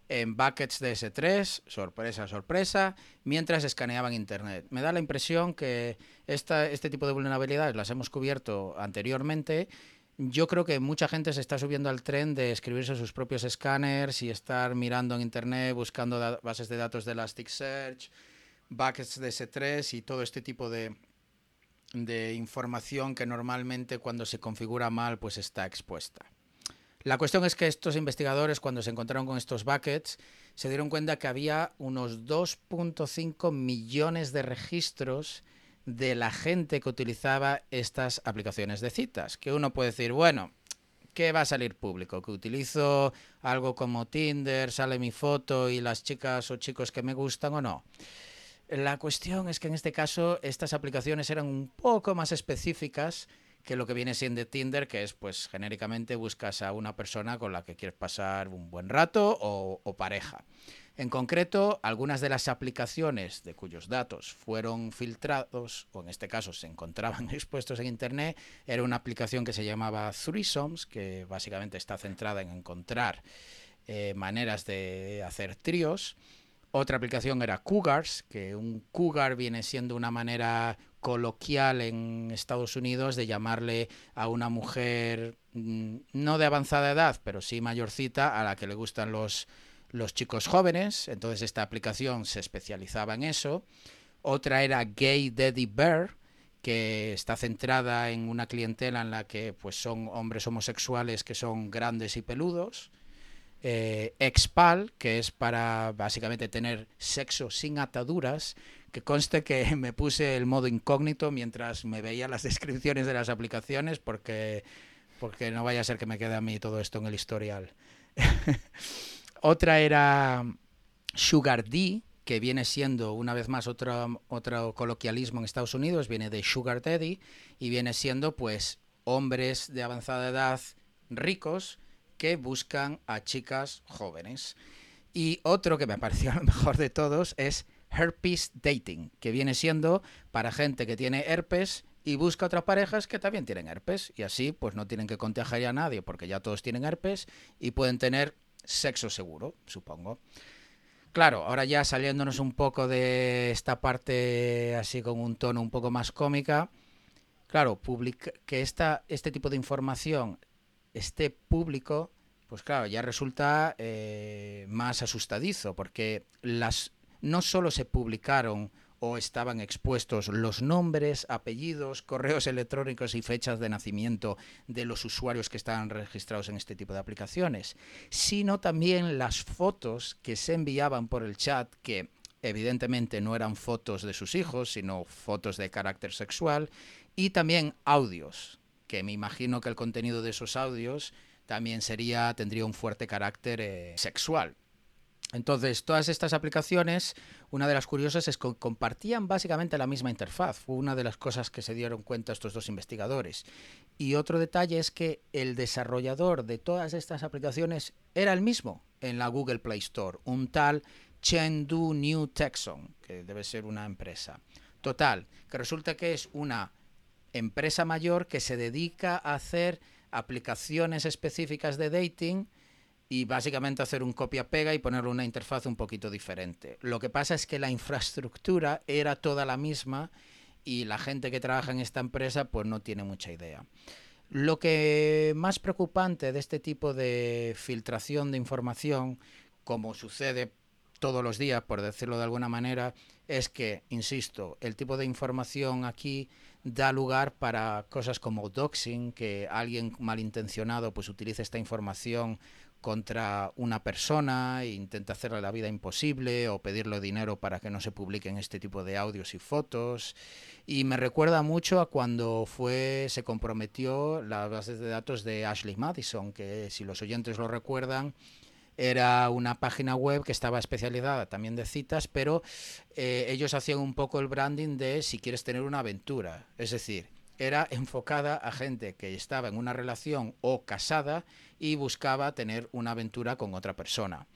en buckets de S3, sorpresa, sorpresa, mientras escaneaban Internet. Me da la impresión que este tipo de vulnerabilidades las hemos cubierto anteriormente. Yo creo que mucha gente se está subiendo al tren de escribirse sus propios escáneres y estar mirando en Internet, buscando bases de datos de Elasticsearch, buckets de S3 y todo este tipo de información que normalmente cuando se configura mal pues está expuesta. La cuestión es que estos investigadores, cuando se encontraron con estos buckets, se dieron cuenta que había unos 2.5 millones de registros de la gente que utilizaba estas aplicaciones de citas. Que uno puede decir, bueno, ¿qué va a salir público? ¿Que utilizo algo como Tinder, sale mi foto y las chicas o chicos que me gustan o no? La cuestión es que en este caso estas aplicaciones eran un poco más específicas que lo que viene siendo Tinder, que es pues genéricamente buscas a una persona con la que quieres pasar un buen rato o pareja. En concreto, algunas de las aplicaciones de cuyos datos fueron filtrados, o en este caso se encontraban expuestos en Internet, era una aplicación que se llamaba Threesomes, que básicamente está centrada en encontrar maneras de hacer tríos. Otra aplicación era Cougars, que un cougar viene siendo una manera coloquial en Estados Unidos de llamarle a una mujer no de avanzada edad, pero sí mayorcita, a la que le gustan los chicos jóvenes. Entonces esta aplicación se especializaba en eso. Otra era Gay Daddy Bear, que está centrada en una clientela en la que pues son hombres homosexuales que son grandes y peludos. Expal, que es para básicamente tener sexo sin ataduras, que conste que me puse el modo incógnito mientras me veía las descripciones de las aplicaciones porque no vaya a ser que me quede a mí todo esto en el historial. Otra era Sugar D, que viene siendo una vez más otro coloquialismo en Estados Unidos, viene de Sugar Daddy y viene siendo pues hombres de avanzada edad ricos que buscan a chicas jóvenes. Y otro que me pareció lo mejor de todos es Herpes Dating, que viene siendo para gente que tiene herpes y busca otras parejas que también tienen herpes. Y así pues no tienen que contagiar a nadie porque ya todos tienen herpes y pueden tener sexo seguro, supongo. Claro, ahora ya saliéndonos un poco de esta parte así con un tono un poco más cómica, claro, que este tipo de información esté público, pues claro, ya resulta más asustadizo, porque no solo se publicaron o estaban expuestos los nombres, apellidos, correos electrónicos y fechas de nacimiento de los usuarios que estaban registrados en este tipo de aplicaciones, sino también las fotos que se enviaban por el chat, que evidentemente no eran fotos de sus hijos, sino fotos de carácter sexual, y también audios, que me imagino que el contenido de esos audios también tendría un fuerte carácter sexual. Entonces, todas estas aplicaciones, una de las curiosas es que compartían básicamente la misma interfaz. Fue una de las cosas que se dieron cuenta estos dos investigadores. Y otro detalle es que el desarrollador de todas estas aplicaciones era el mismo en la Google Play Store, un tal Chengdu New Texon, que debe ser una empresa. Total, que resulta que es una empresa mayor que se dedica a hacer aplicaciones específicas de dating y básicamente hacer un copia-pega y ponerle una interfaz un poquito diferente. Lo que pasa es que la infraestructura era toda la misma y la gente que trabaja en esta empresa pues no tiene mucha idea. Lo que más preocupante de este tipo de filtración de información, como sucede todos los días, por decirlo de alguna manera, es que, insisto, el tipo de información aquí da lugar para cosas como doxing, que alguien malintencionado pues utilice esta información contra una persona e intenta hacerle la vida imposible o pedirle dinero para que no se publiquen este tipo de audios y fotos. Y me recuerda mucho a cuando se comprometió las bases de datos de Ashley Madison, que si los oyentes lo recuerdan, era una página web que estaba especializada también de citas, pero ellos hacían un poco el branding de si quieres tener una aventura. Es decir, era enfocada a gente que estaba en una relación o casada y buscaba tener una aventura con otra persona.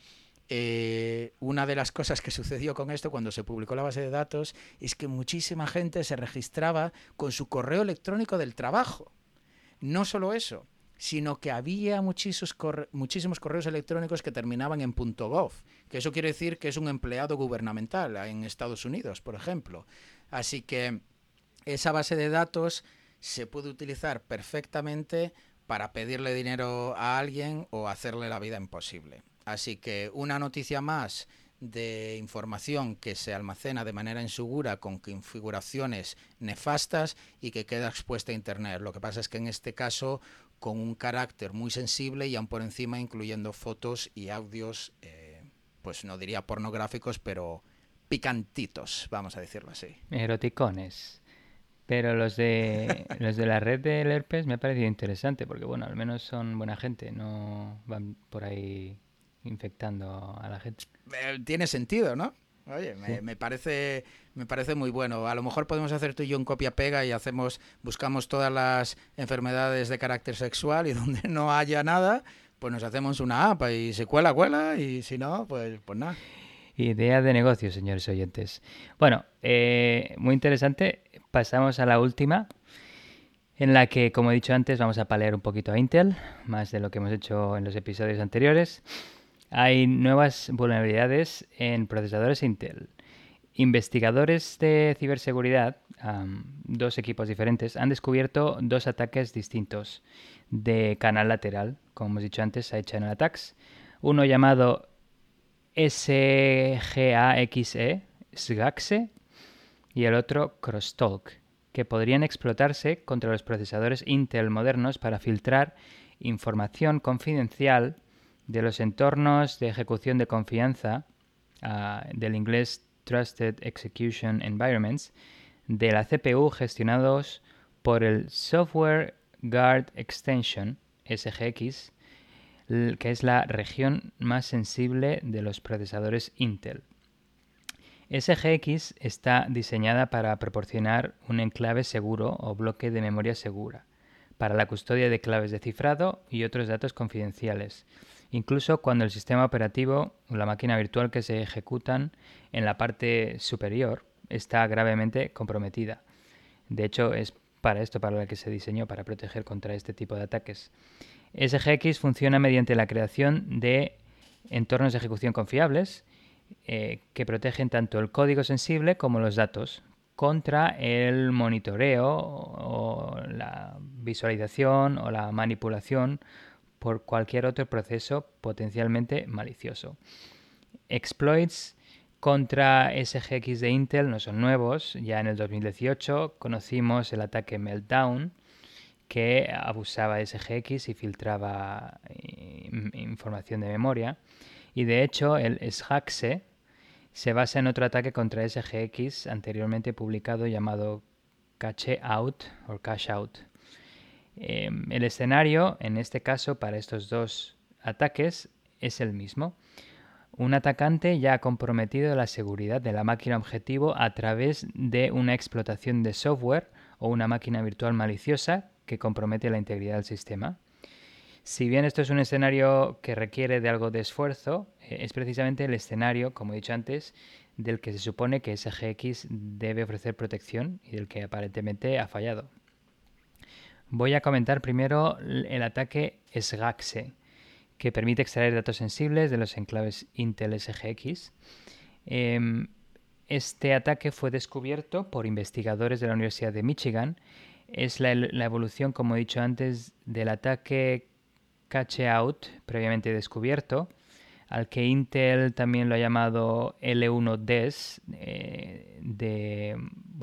Una de las cosas que sucedió con esto cuando se publicó la base de datos es que muchísima gente se registraba con su correo electrónico del trabajo. No solo eso, sino que había muchísimos correos electrónicos que terminaban en .gov, que eso quiere decir que es un empleado gubernamental en Estados Unidos, por ejemplo. Así que esa base de datos se puede utilizar perfectamente para pedirle dinero a alguien o hacerle la vida imposible. Así que una noticia más de información que se almacena de manera insegura con configuraciones nefastas y que queda expuesta a Internet. Lo que pasa es que en este caso con un carácter muy sensible y aún por encima incluyendo fotos y audios, pues no diría pornográficos, pero picantitos, vamos a decirlo así. Eroticones. Pero los de la red del herpes me ha parecido interesante porque, bueno, al menos son buena gente, no van por ahí infectando a la gente. Tiene sentido, ¿no? Oye, Sí. me parece muy bueno. A lo mejor podemos hacer tú y yo un copia-pega y buscamos todas las enfermedades de carácter sexual y donde no haya nada, pues nos hacemos una app y si cuela, y si no, pues nada. Idea de negocio, señores oyentes. Bueno, muy interesante. Pasamos a la última, en la que, como he dicho antes, vamos a palear un poquito a Intel, más de lo que hemos hecho en los episodios anteriores. Hay nuevas vulnerabilidades en procesadores Intel. Investigadores de ciberseguridad, dos equipos diferentes, han descubierto dos ataques distintos de canal lateral, como hemos dicho antes, Side-Channel Attacks. Uno llamado SGAXE, y el otro Crosstalk, que podrían explotarse contra los procesadores Intel modernos para filtrar información confidencial de los entornos de ejecución de confianza, del inglés Trusted Execution Environments, de la CPU gestionados por el Software Guard Extension, SGX, que es la región más sensible de los procesadores Intel. SGX está diseñada para proporcionar un enclave seguro o bloque de memoria segura para la custodia de claves de cifrado y otros datos confidenciales, incluso cuando el sistema operativo o la máquina virtual que se ejecutan en la parte superior está gravemente comprometida. De hecho, es para lo que se diseñó, para proteger contra este tipo de ataques. SGX funciona mediante la creación de entornos de ejecución confiables que protegen tanto el código sensible como los datos contra el monitoreo o la visualización o la manipulación por cualquier otro proceso potencialmente malicioso. Exploits contra SGX de Intel no son nuevos. Ya en el 2018 conocimos el ataque Meltdown, que abusaba de SGX y filtraba información de memoria. Y de hecho el SGAXE se basa en otro ataque contra SGX anteriormente publicado llamado Cache Out o Cache Out. El escenario, en este caso, para estos dos ataques es el mismo. Un atacante ya ha comprometido la seguridad de la máquina objetivo a través de una explotación de software o una máquina virtual maliciosa que compromete la integridad del sistema. Si bien esto es un escenario que requiere de algo de esfuerzo, es precisamente el escenario, como he dicho antes, del que se supone que SGX debe ofrecer protección y del que aparentemente ha fallado. Voy a comentar primero el ataque SGAXE, que permite extraer datos sensibles de los enclaves Intel SGX. Este ataque fue descubierto por investigadores de la Universidad de Michigan. Es la evolución, como he dicho antes, del ataque Cache Out previamente descubierto, al que Intel también lo ha llamado L1DES, de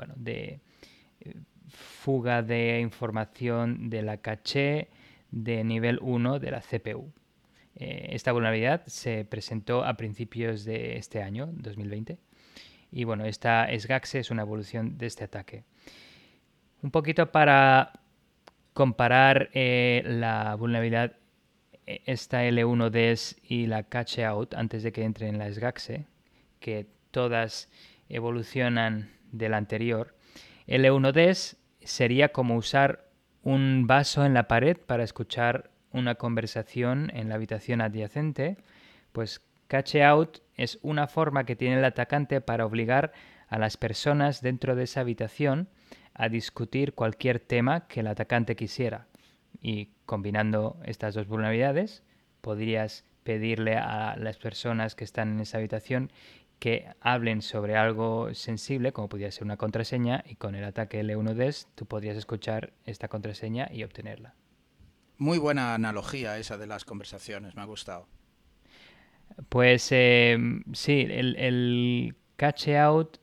fuga de información de la caché de nivel 1 de la CPU. Esta vulnerabilidad se presentó a principios de este año, 2020, y bueno, esta SGAXE es una evolución de este ataque. Un poquito para comparar la vulnerabilidad esta L1DES y la Cache Out antes de que entre en la SGAXE, que todas evolucionan de la anterior. L1DES sería como usar un vaso en la pared para escuchar una conversación en la habitación adyacente. Pues Cache Out es una forma que tiene el atacante para obligar a las personas dentro de esa habitación a discutir cualquier tema que el atacante quisiera. Y combinando estas dos vulnerabilidades, podrías pedirle a las personas que están en esa habitación que hablen sobre algo sensible, como podría ser una contraseña, y con el ataque L1DES tú podrías escuchar esta contraseña y obtenerla. Muy buena analogía esa de las conversaciones, me ha gustado. Pues sí, el cache out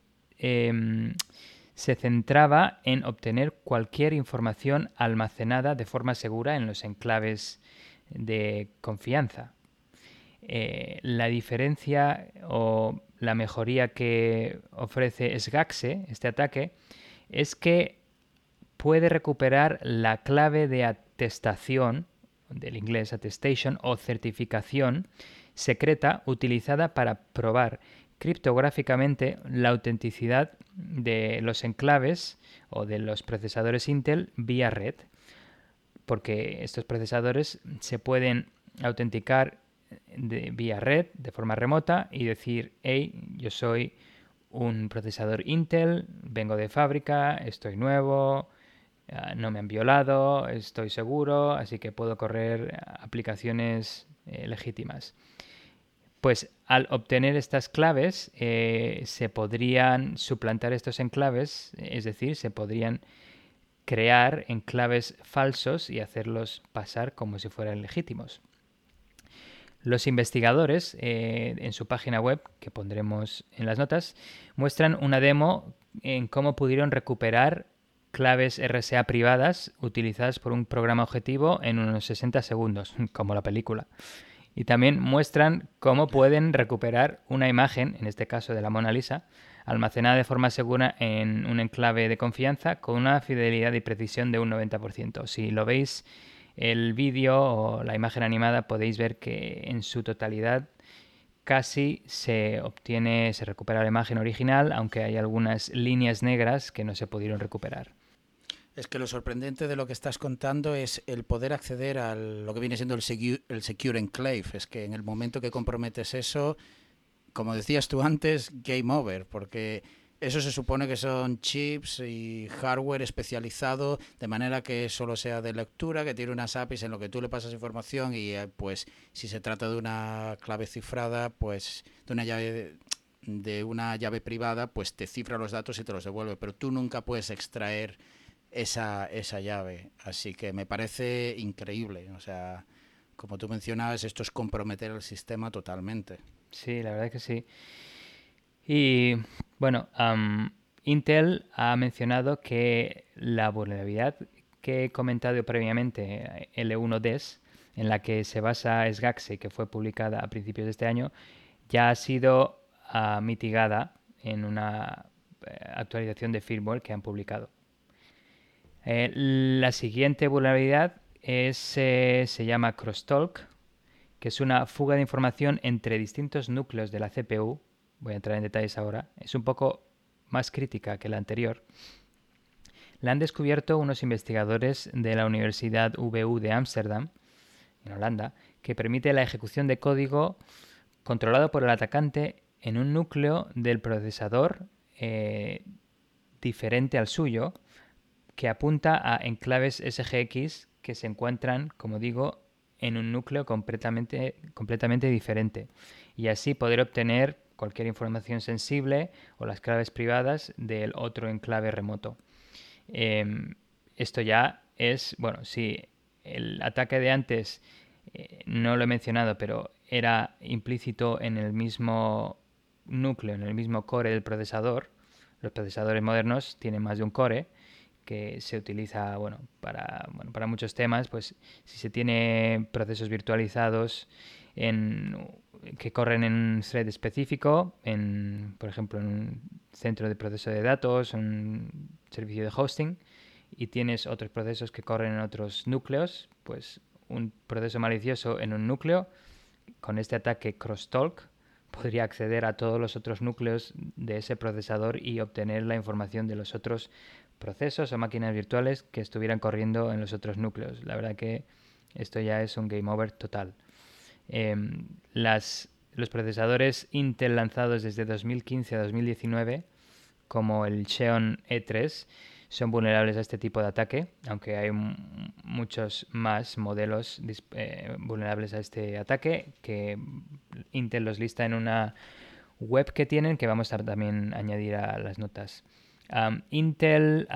se centraba en obtener cualquier información almacenada de forma segura en los enclaves de confianza. La diferencia o la mejoría que ofrece SGAXE, este ataque, es que puede recuperar la clave de atestación, del inglés attestation, o certificación secreta utilizada para probar criptográficamente la autenticidad de los enclaves o de los procesadores Intel vía red, porque estos procesadores se pueden autenticar vía red de forma remota y decir, hey, yo soy un procesador Intel, vengo de fábrica, estoy nuevo, no me han violado, estoy seguro, así que puedo correr aplicaciones legítimas. Pues al obtener estas claves se podrían suplantar estos enclaves, es decir, se podrían crear enclaves falsos y hacerlos pasar como si fueran legítimos. Los investigadores, en su página web, que pondremos en las notas, muestran una demo en cómo pudieron recuperar claves RSA privadas utilizadas por un programa objetivo en unos 60 segundos, como la película. Y también muestran cómo pueden recuperar una imagen, en este caso de la Mona Lisa, almacenada de forma segura en un enclave de confianza con una fidelidad y precisión de un 90%. Si lo veis el vídeo o la imagen animada podéis ver que en su totalidad casi se recupera la imagen original, aunque hay algunas líneas negras que no se pudieron recuperar. Es que lo sorprendente de lo que estás contando es el poder acceder a lo que viene siendo el Secure Enclave. Es que en el momento que comprometes eso, como decías tú antes, game over, porque eso se supone que son chips y hardware especializado, de manera que solo sea de lectura, que tiene unas APIs en lo que tú le pasas información y pues si se trata de una clave cifrada, pues de una llave privada, pues te cifra los datos y te los devuelve, pero tú nunca puedes extraer esa llave. Así que me parece increíble. O sea, como tú mencionabas, esto es comprometer el sistema totalmente. Sí, la verdad que sí. Y bueno, Intel ha mencionado que la vulnerabilidad que he comentado previamente, L1DES, en la que se basa SGAXE, que fue publicada a principios de este año, ya ha sido mitigada en una actualización de firmware que han publicado. La siguiente vulnerabilidad se llama Crosstalk, que es una fuga de información entre distintos núcleos de la CPU. Voy a entrar en detalles ahora. Es un poco más crítica que la anterior. La han descubierto unos investigadores de la Universidad VU de Ámsterdam, en Holanda, que permite la ejecución de código controlado por el atacante en un núcleo del procesador diferente al suyo, que apunta a enclaves SGX que se encuentran, como digo, en un núcleo completamente diferente, y así poder obtener cualquier información sensible o las claves privadas del otro enclave remoto. Esto ya es, bueno, si el ataque de antes no lo he mencionado, pero era implícito en el mismo núcleo, en el mismo core del procesador. Los procesadores modernos tienen más de un core que se utiliza para muchos temas. Pues si se tiene procesos virtualizados que corren en un thread específico, por ejemplo en un centro de proceso de datos, un servicio de hosting, y tienes otros procesos que corren en otros núcleos, pues un proceso malicioso en un núcleo, con este ataque Crosstalk, podría acceder a todos los otros núcleos de ese procesador y obtener la información de los otros procesos o máquinas virtuales que estuvieran corriendo en los otros núcleos. La verdad que esto ya es un game over total. Los procesadores Intel lanzados desde 2015 a 2019, como el Xeon E3, son vulnerables a este tipo de ataque, aunque hay muchos más modelos vulnerables a este ataque, que Intel los lista en una web que tienen, que vamos a también añadir a las notas. Intel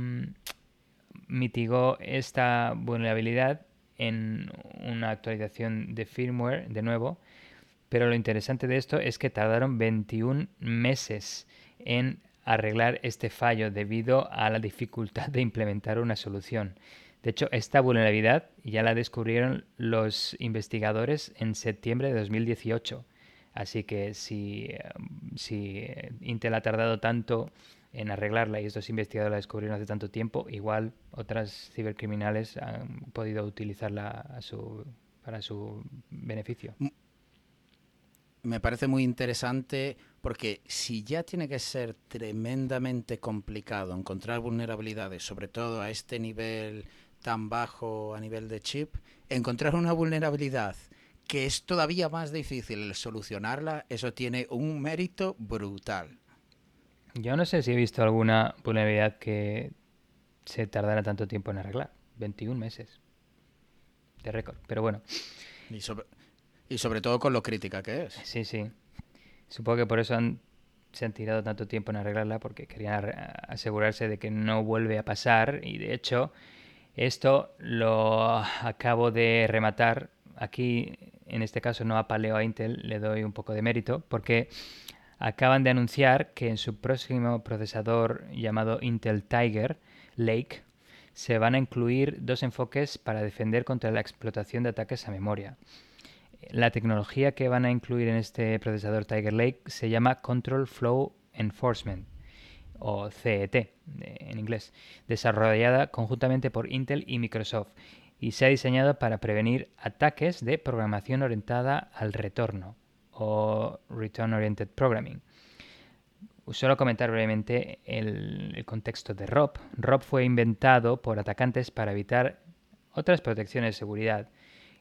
mitigó esta vulnerabilidad en una actualización de firmware, de nuevo, pero lo interesante de esto es que tardaron 21 meses en arreglar este fallo debido a la dificultad de implementar una solución. De hecho, esta vulnerabilidad ya la descubrieron los investigadores en septiembre de 2018. Así que si Intel ha tardado tanto en arreglarla y estos investigadores la descubrieron hace tanto tiempo, igual otras cibercriminales han podido utilizarla para su beneficio. Me parece muy interesante porque si ya tiene que ser tremendamente complicado encontrar vulnerabilidades, sobre todo a este nivel tan bajo a nivel de chip, encontrar una vulnerabilidad que es todavía más difícil solucionarla, eso tiene un mérito brutal. Yo no sé si he visto alguna vulnerabilidad que se tardara tanto tiempo en arreglar. 21 meses de récord. Pero bueno. Y sobre todo con lo crítica que es. Sí, sí. Supongo que por eso se han tirado tanto tiempo en arreglarla, porque querían asegurarse de que no vuelve a pasar. Y de hecho, esto lo acabo de rematar. Aquí, en este caso, no apaleo a Intel, le doy un poco de mérito, porque acaban de anunciar que en su próximo procesador llamado Intel Tiger Lake se van a incluir 2 enfoques para defender contra la explotación de ataques a memoria. La tecnología que van a incluir en este procesador Tiger Lake se llama Control Flow Enforcement, o CET en inglés, desarrollada conjuntamente por Intel y Microsoft, y se ha diseñado para prevenir ataques de programación orientada al retorno, o Return Oriented Programming. Solo comentar brevemente el contexto de ROP. ROP fue inventado por atacantes para evitar otras protecciones de seguridad.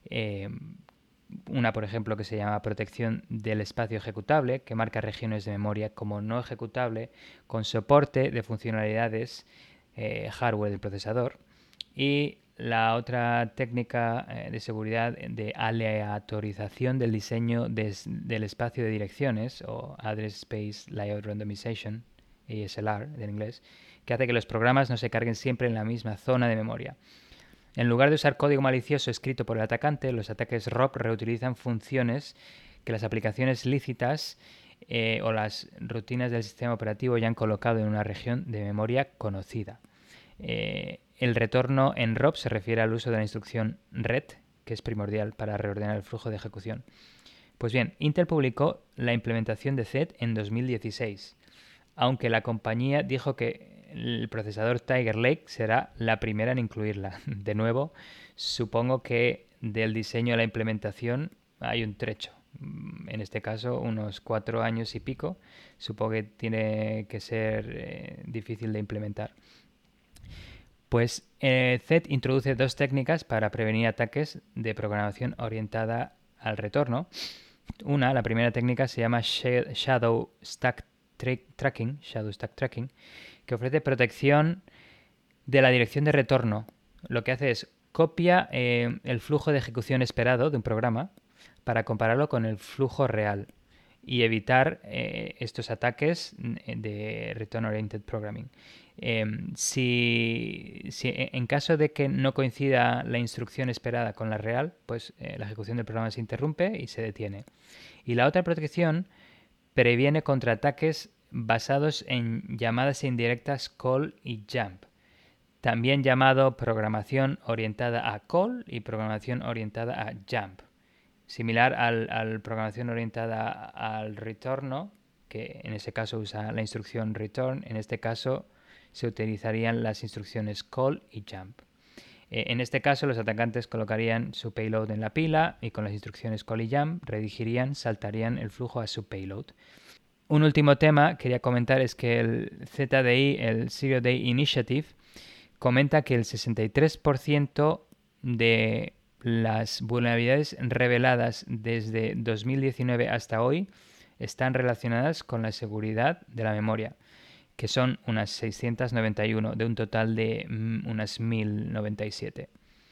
Una, por ejemplo, que se llama protección del espacio ejecutable, que marca regiones de memoria como no ejecutable con soporte de funcionalidades hardware del procesador. Y la otra técnica de seguridad de aleatorización del diseño del espacio de direcciones, o Address Space Layout Randomization, ASLR en inglés, que hace que los programas no se carguen siempre en la misma zona de memoria. En lugar de usar código malicioso escrito por el atacante, los ataques ROP reutilizan funciones que las aplicaciones lícitas o las rutinas del sistema operativo ya han colocado en una región de memoria conocida. El retorno en ROP se refiere al uso de la instrucción RET, que es primordial para reordenar el flujo de ejecución. Pues bien, Intel publicó la implementación de CET en 2016, aunque la compañía dijo que el procesador Tiger Lake será la primera en incluirla. De nuevo, supongo que del diseño a la implementación hay un trecho. En este caso, unos 4 años y pico. Supongo que tiene que ser difícil de implementar. Pues CET introduce 2 técnicas para prevenir ataques de programación orientada al retorno. La primera técnica se llama Shadow Stack Tracking, que ofrece protección de la dirección de retorno. Lo que hace es copia el flujo de ejecución esperado de un programa para compararlo con el flujo real y evitar estos ataques de Return Oriented Programming. Si en caso de que no coincida la instrucción esperada con la real, pues la ejecución del programa se interrumpe y se detiene. Y la otra protección previene contra ataques basados en llamadas indirectas call y jump, también llamado programación orientada a call y programación orientada a jump. Similar al programación orientada al retorno, que en ese caso usa la instrucción return, en este caso se utilizarían las instrucciones call y jump. En este caso, los atacantes colocarían su payload en la pila y con las instrucciones call y jump redirigirían, saltarían el flujo a su payload. Un último tema que quería comentar es que el ZDI, el Zero Day Initiative, comenta que el 63% de las vulnerabilidades reveladas desde 2019 hasta hoy están relacionadas con la seguridad de la memoria, que son unas 691 de un total de unas 1097.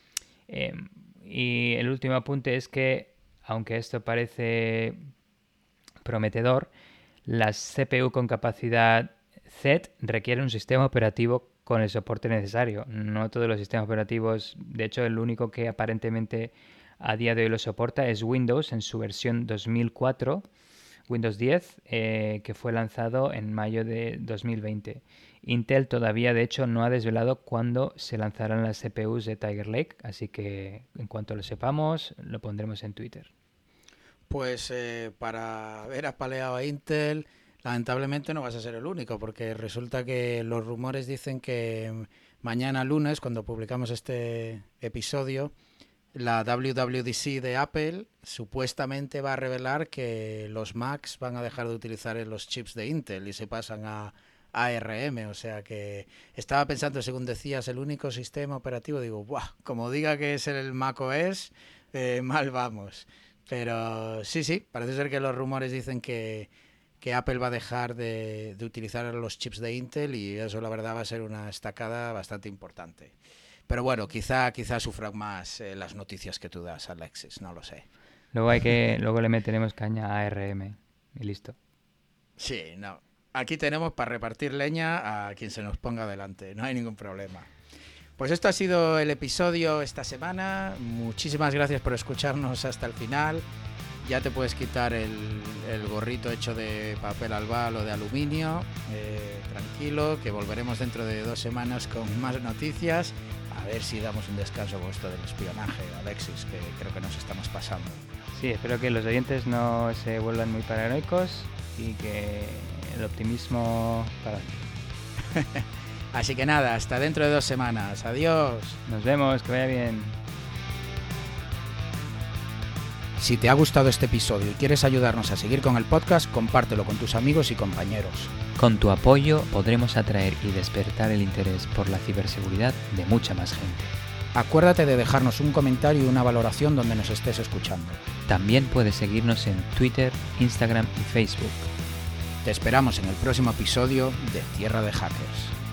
Y el último apunte es que, aunque esto parece prometedor, las CPU con capacidad Z requieren un sistema operativo con el soporte necesario. No todos los sistemas operativos, de hecho el único que aparentemente a día de hoy lo soporta es Windows en su versión 2004, Windows 10, que fue lanzado en mayo de 2020. Intel todavía de hecho no ha desvelado cuándo se lanzarán las CPUs de Tiger Lake, así que en cuanto lo sepamos lo pondremos en Twitter. Pues para haber apaleado a Intel, lamentablemente no vas a ser el único, porque resulta que los rumores dicen que mañana lunes, cuando publicamos este episodio, la WWDC de Apple supuestamente va a revelar que los Macs van a dejar de utilizar los chips de Intel y se pasan a ARM. O sea que estaba pensando, según decías, el único sistema operativo, digo, ¡buah! Como diga que es el macOS, mal vamos. Pero sí, parece ser que los rumores dicen que Apple va a dejar de utilizar los chips de Intel, y eso la verdad va a ser una estacada bastante importante. Pero bueno, quizá sufran más las noticias que tú das, Alexis, no lo sé. Luego le meteremos caña a ARM y listo. Sí, no. Aquí tenemos para repartir leña a quien se nos ponga delante, no hay ningún problema. Pues esto ha sido el episodio esta semana. Muchísimas gracias por escucharnos hasta el final. Ya te puedes quitar el gorrito hecho de papel albal o de aluminio. Tranquilo, que volveremos dentro de 2 semanas con más noticias. A ver si damos un descanso con esto del espionaje, Alexis, que creo que nos estamos pasando. Sí, espero que los oyentes no se vuelvan muy paranoicos y que el optimismo para. Así que nada, hasta dentro de 2 semanas. Adiós. Nos vemos, que vaya bien. Si te ha gustado este episodio y quieres ayudarnos a seguir con el podcast, compártelo con tus amigos y compañeros. Con tu apoyo podremos atraer y despertar el interés por la ciberseguridad de mucha más gente. Acuérdate de dejarnos un comentario y una valoración donde nos estés escuchando. También puedes seguirnos en Twitter, Instagram y Facebook. Te esperamos en el próximo episodio de Tierra de Hackers.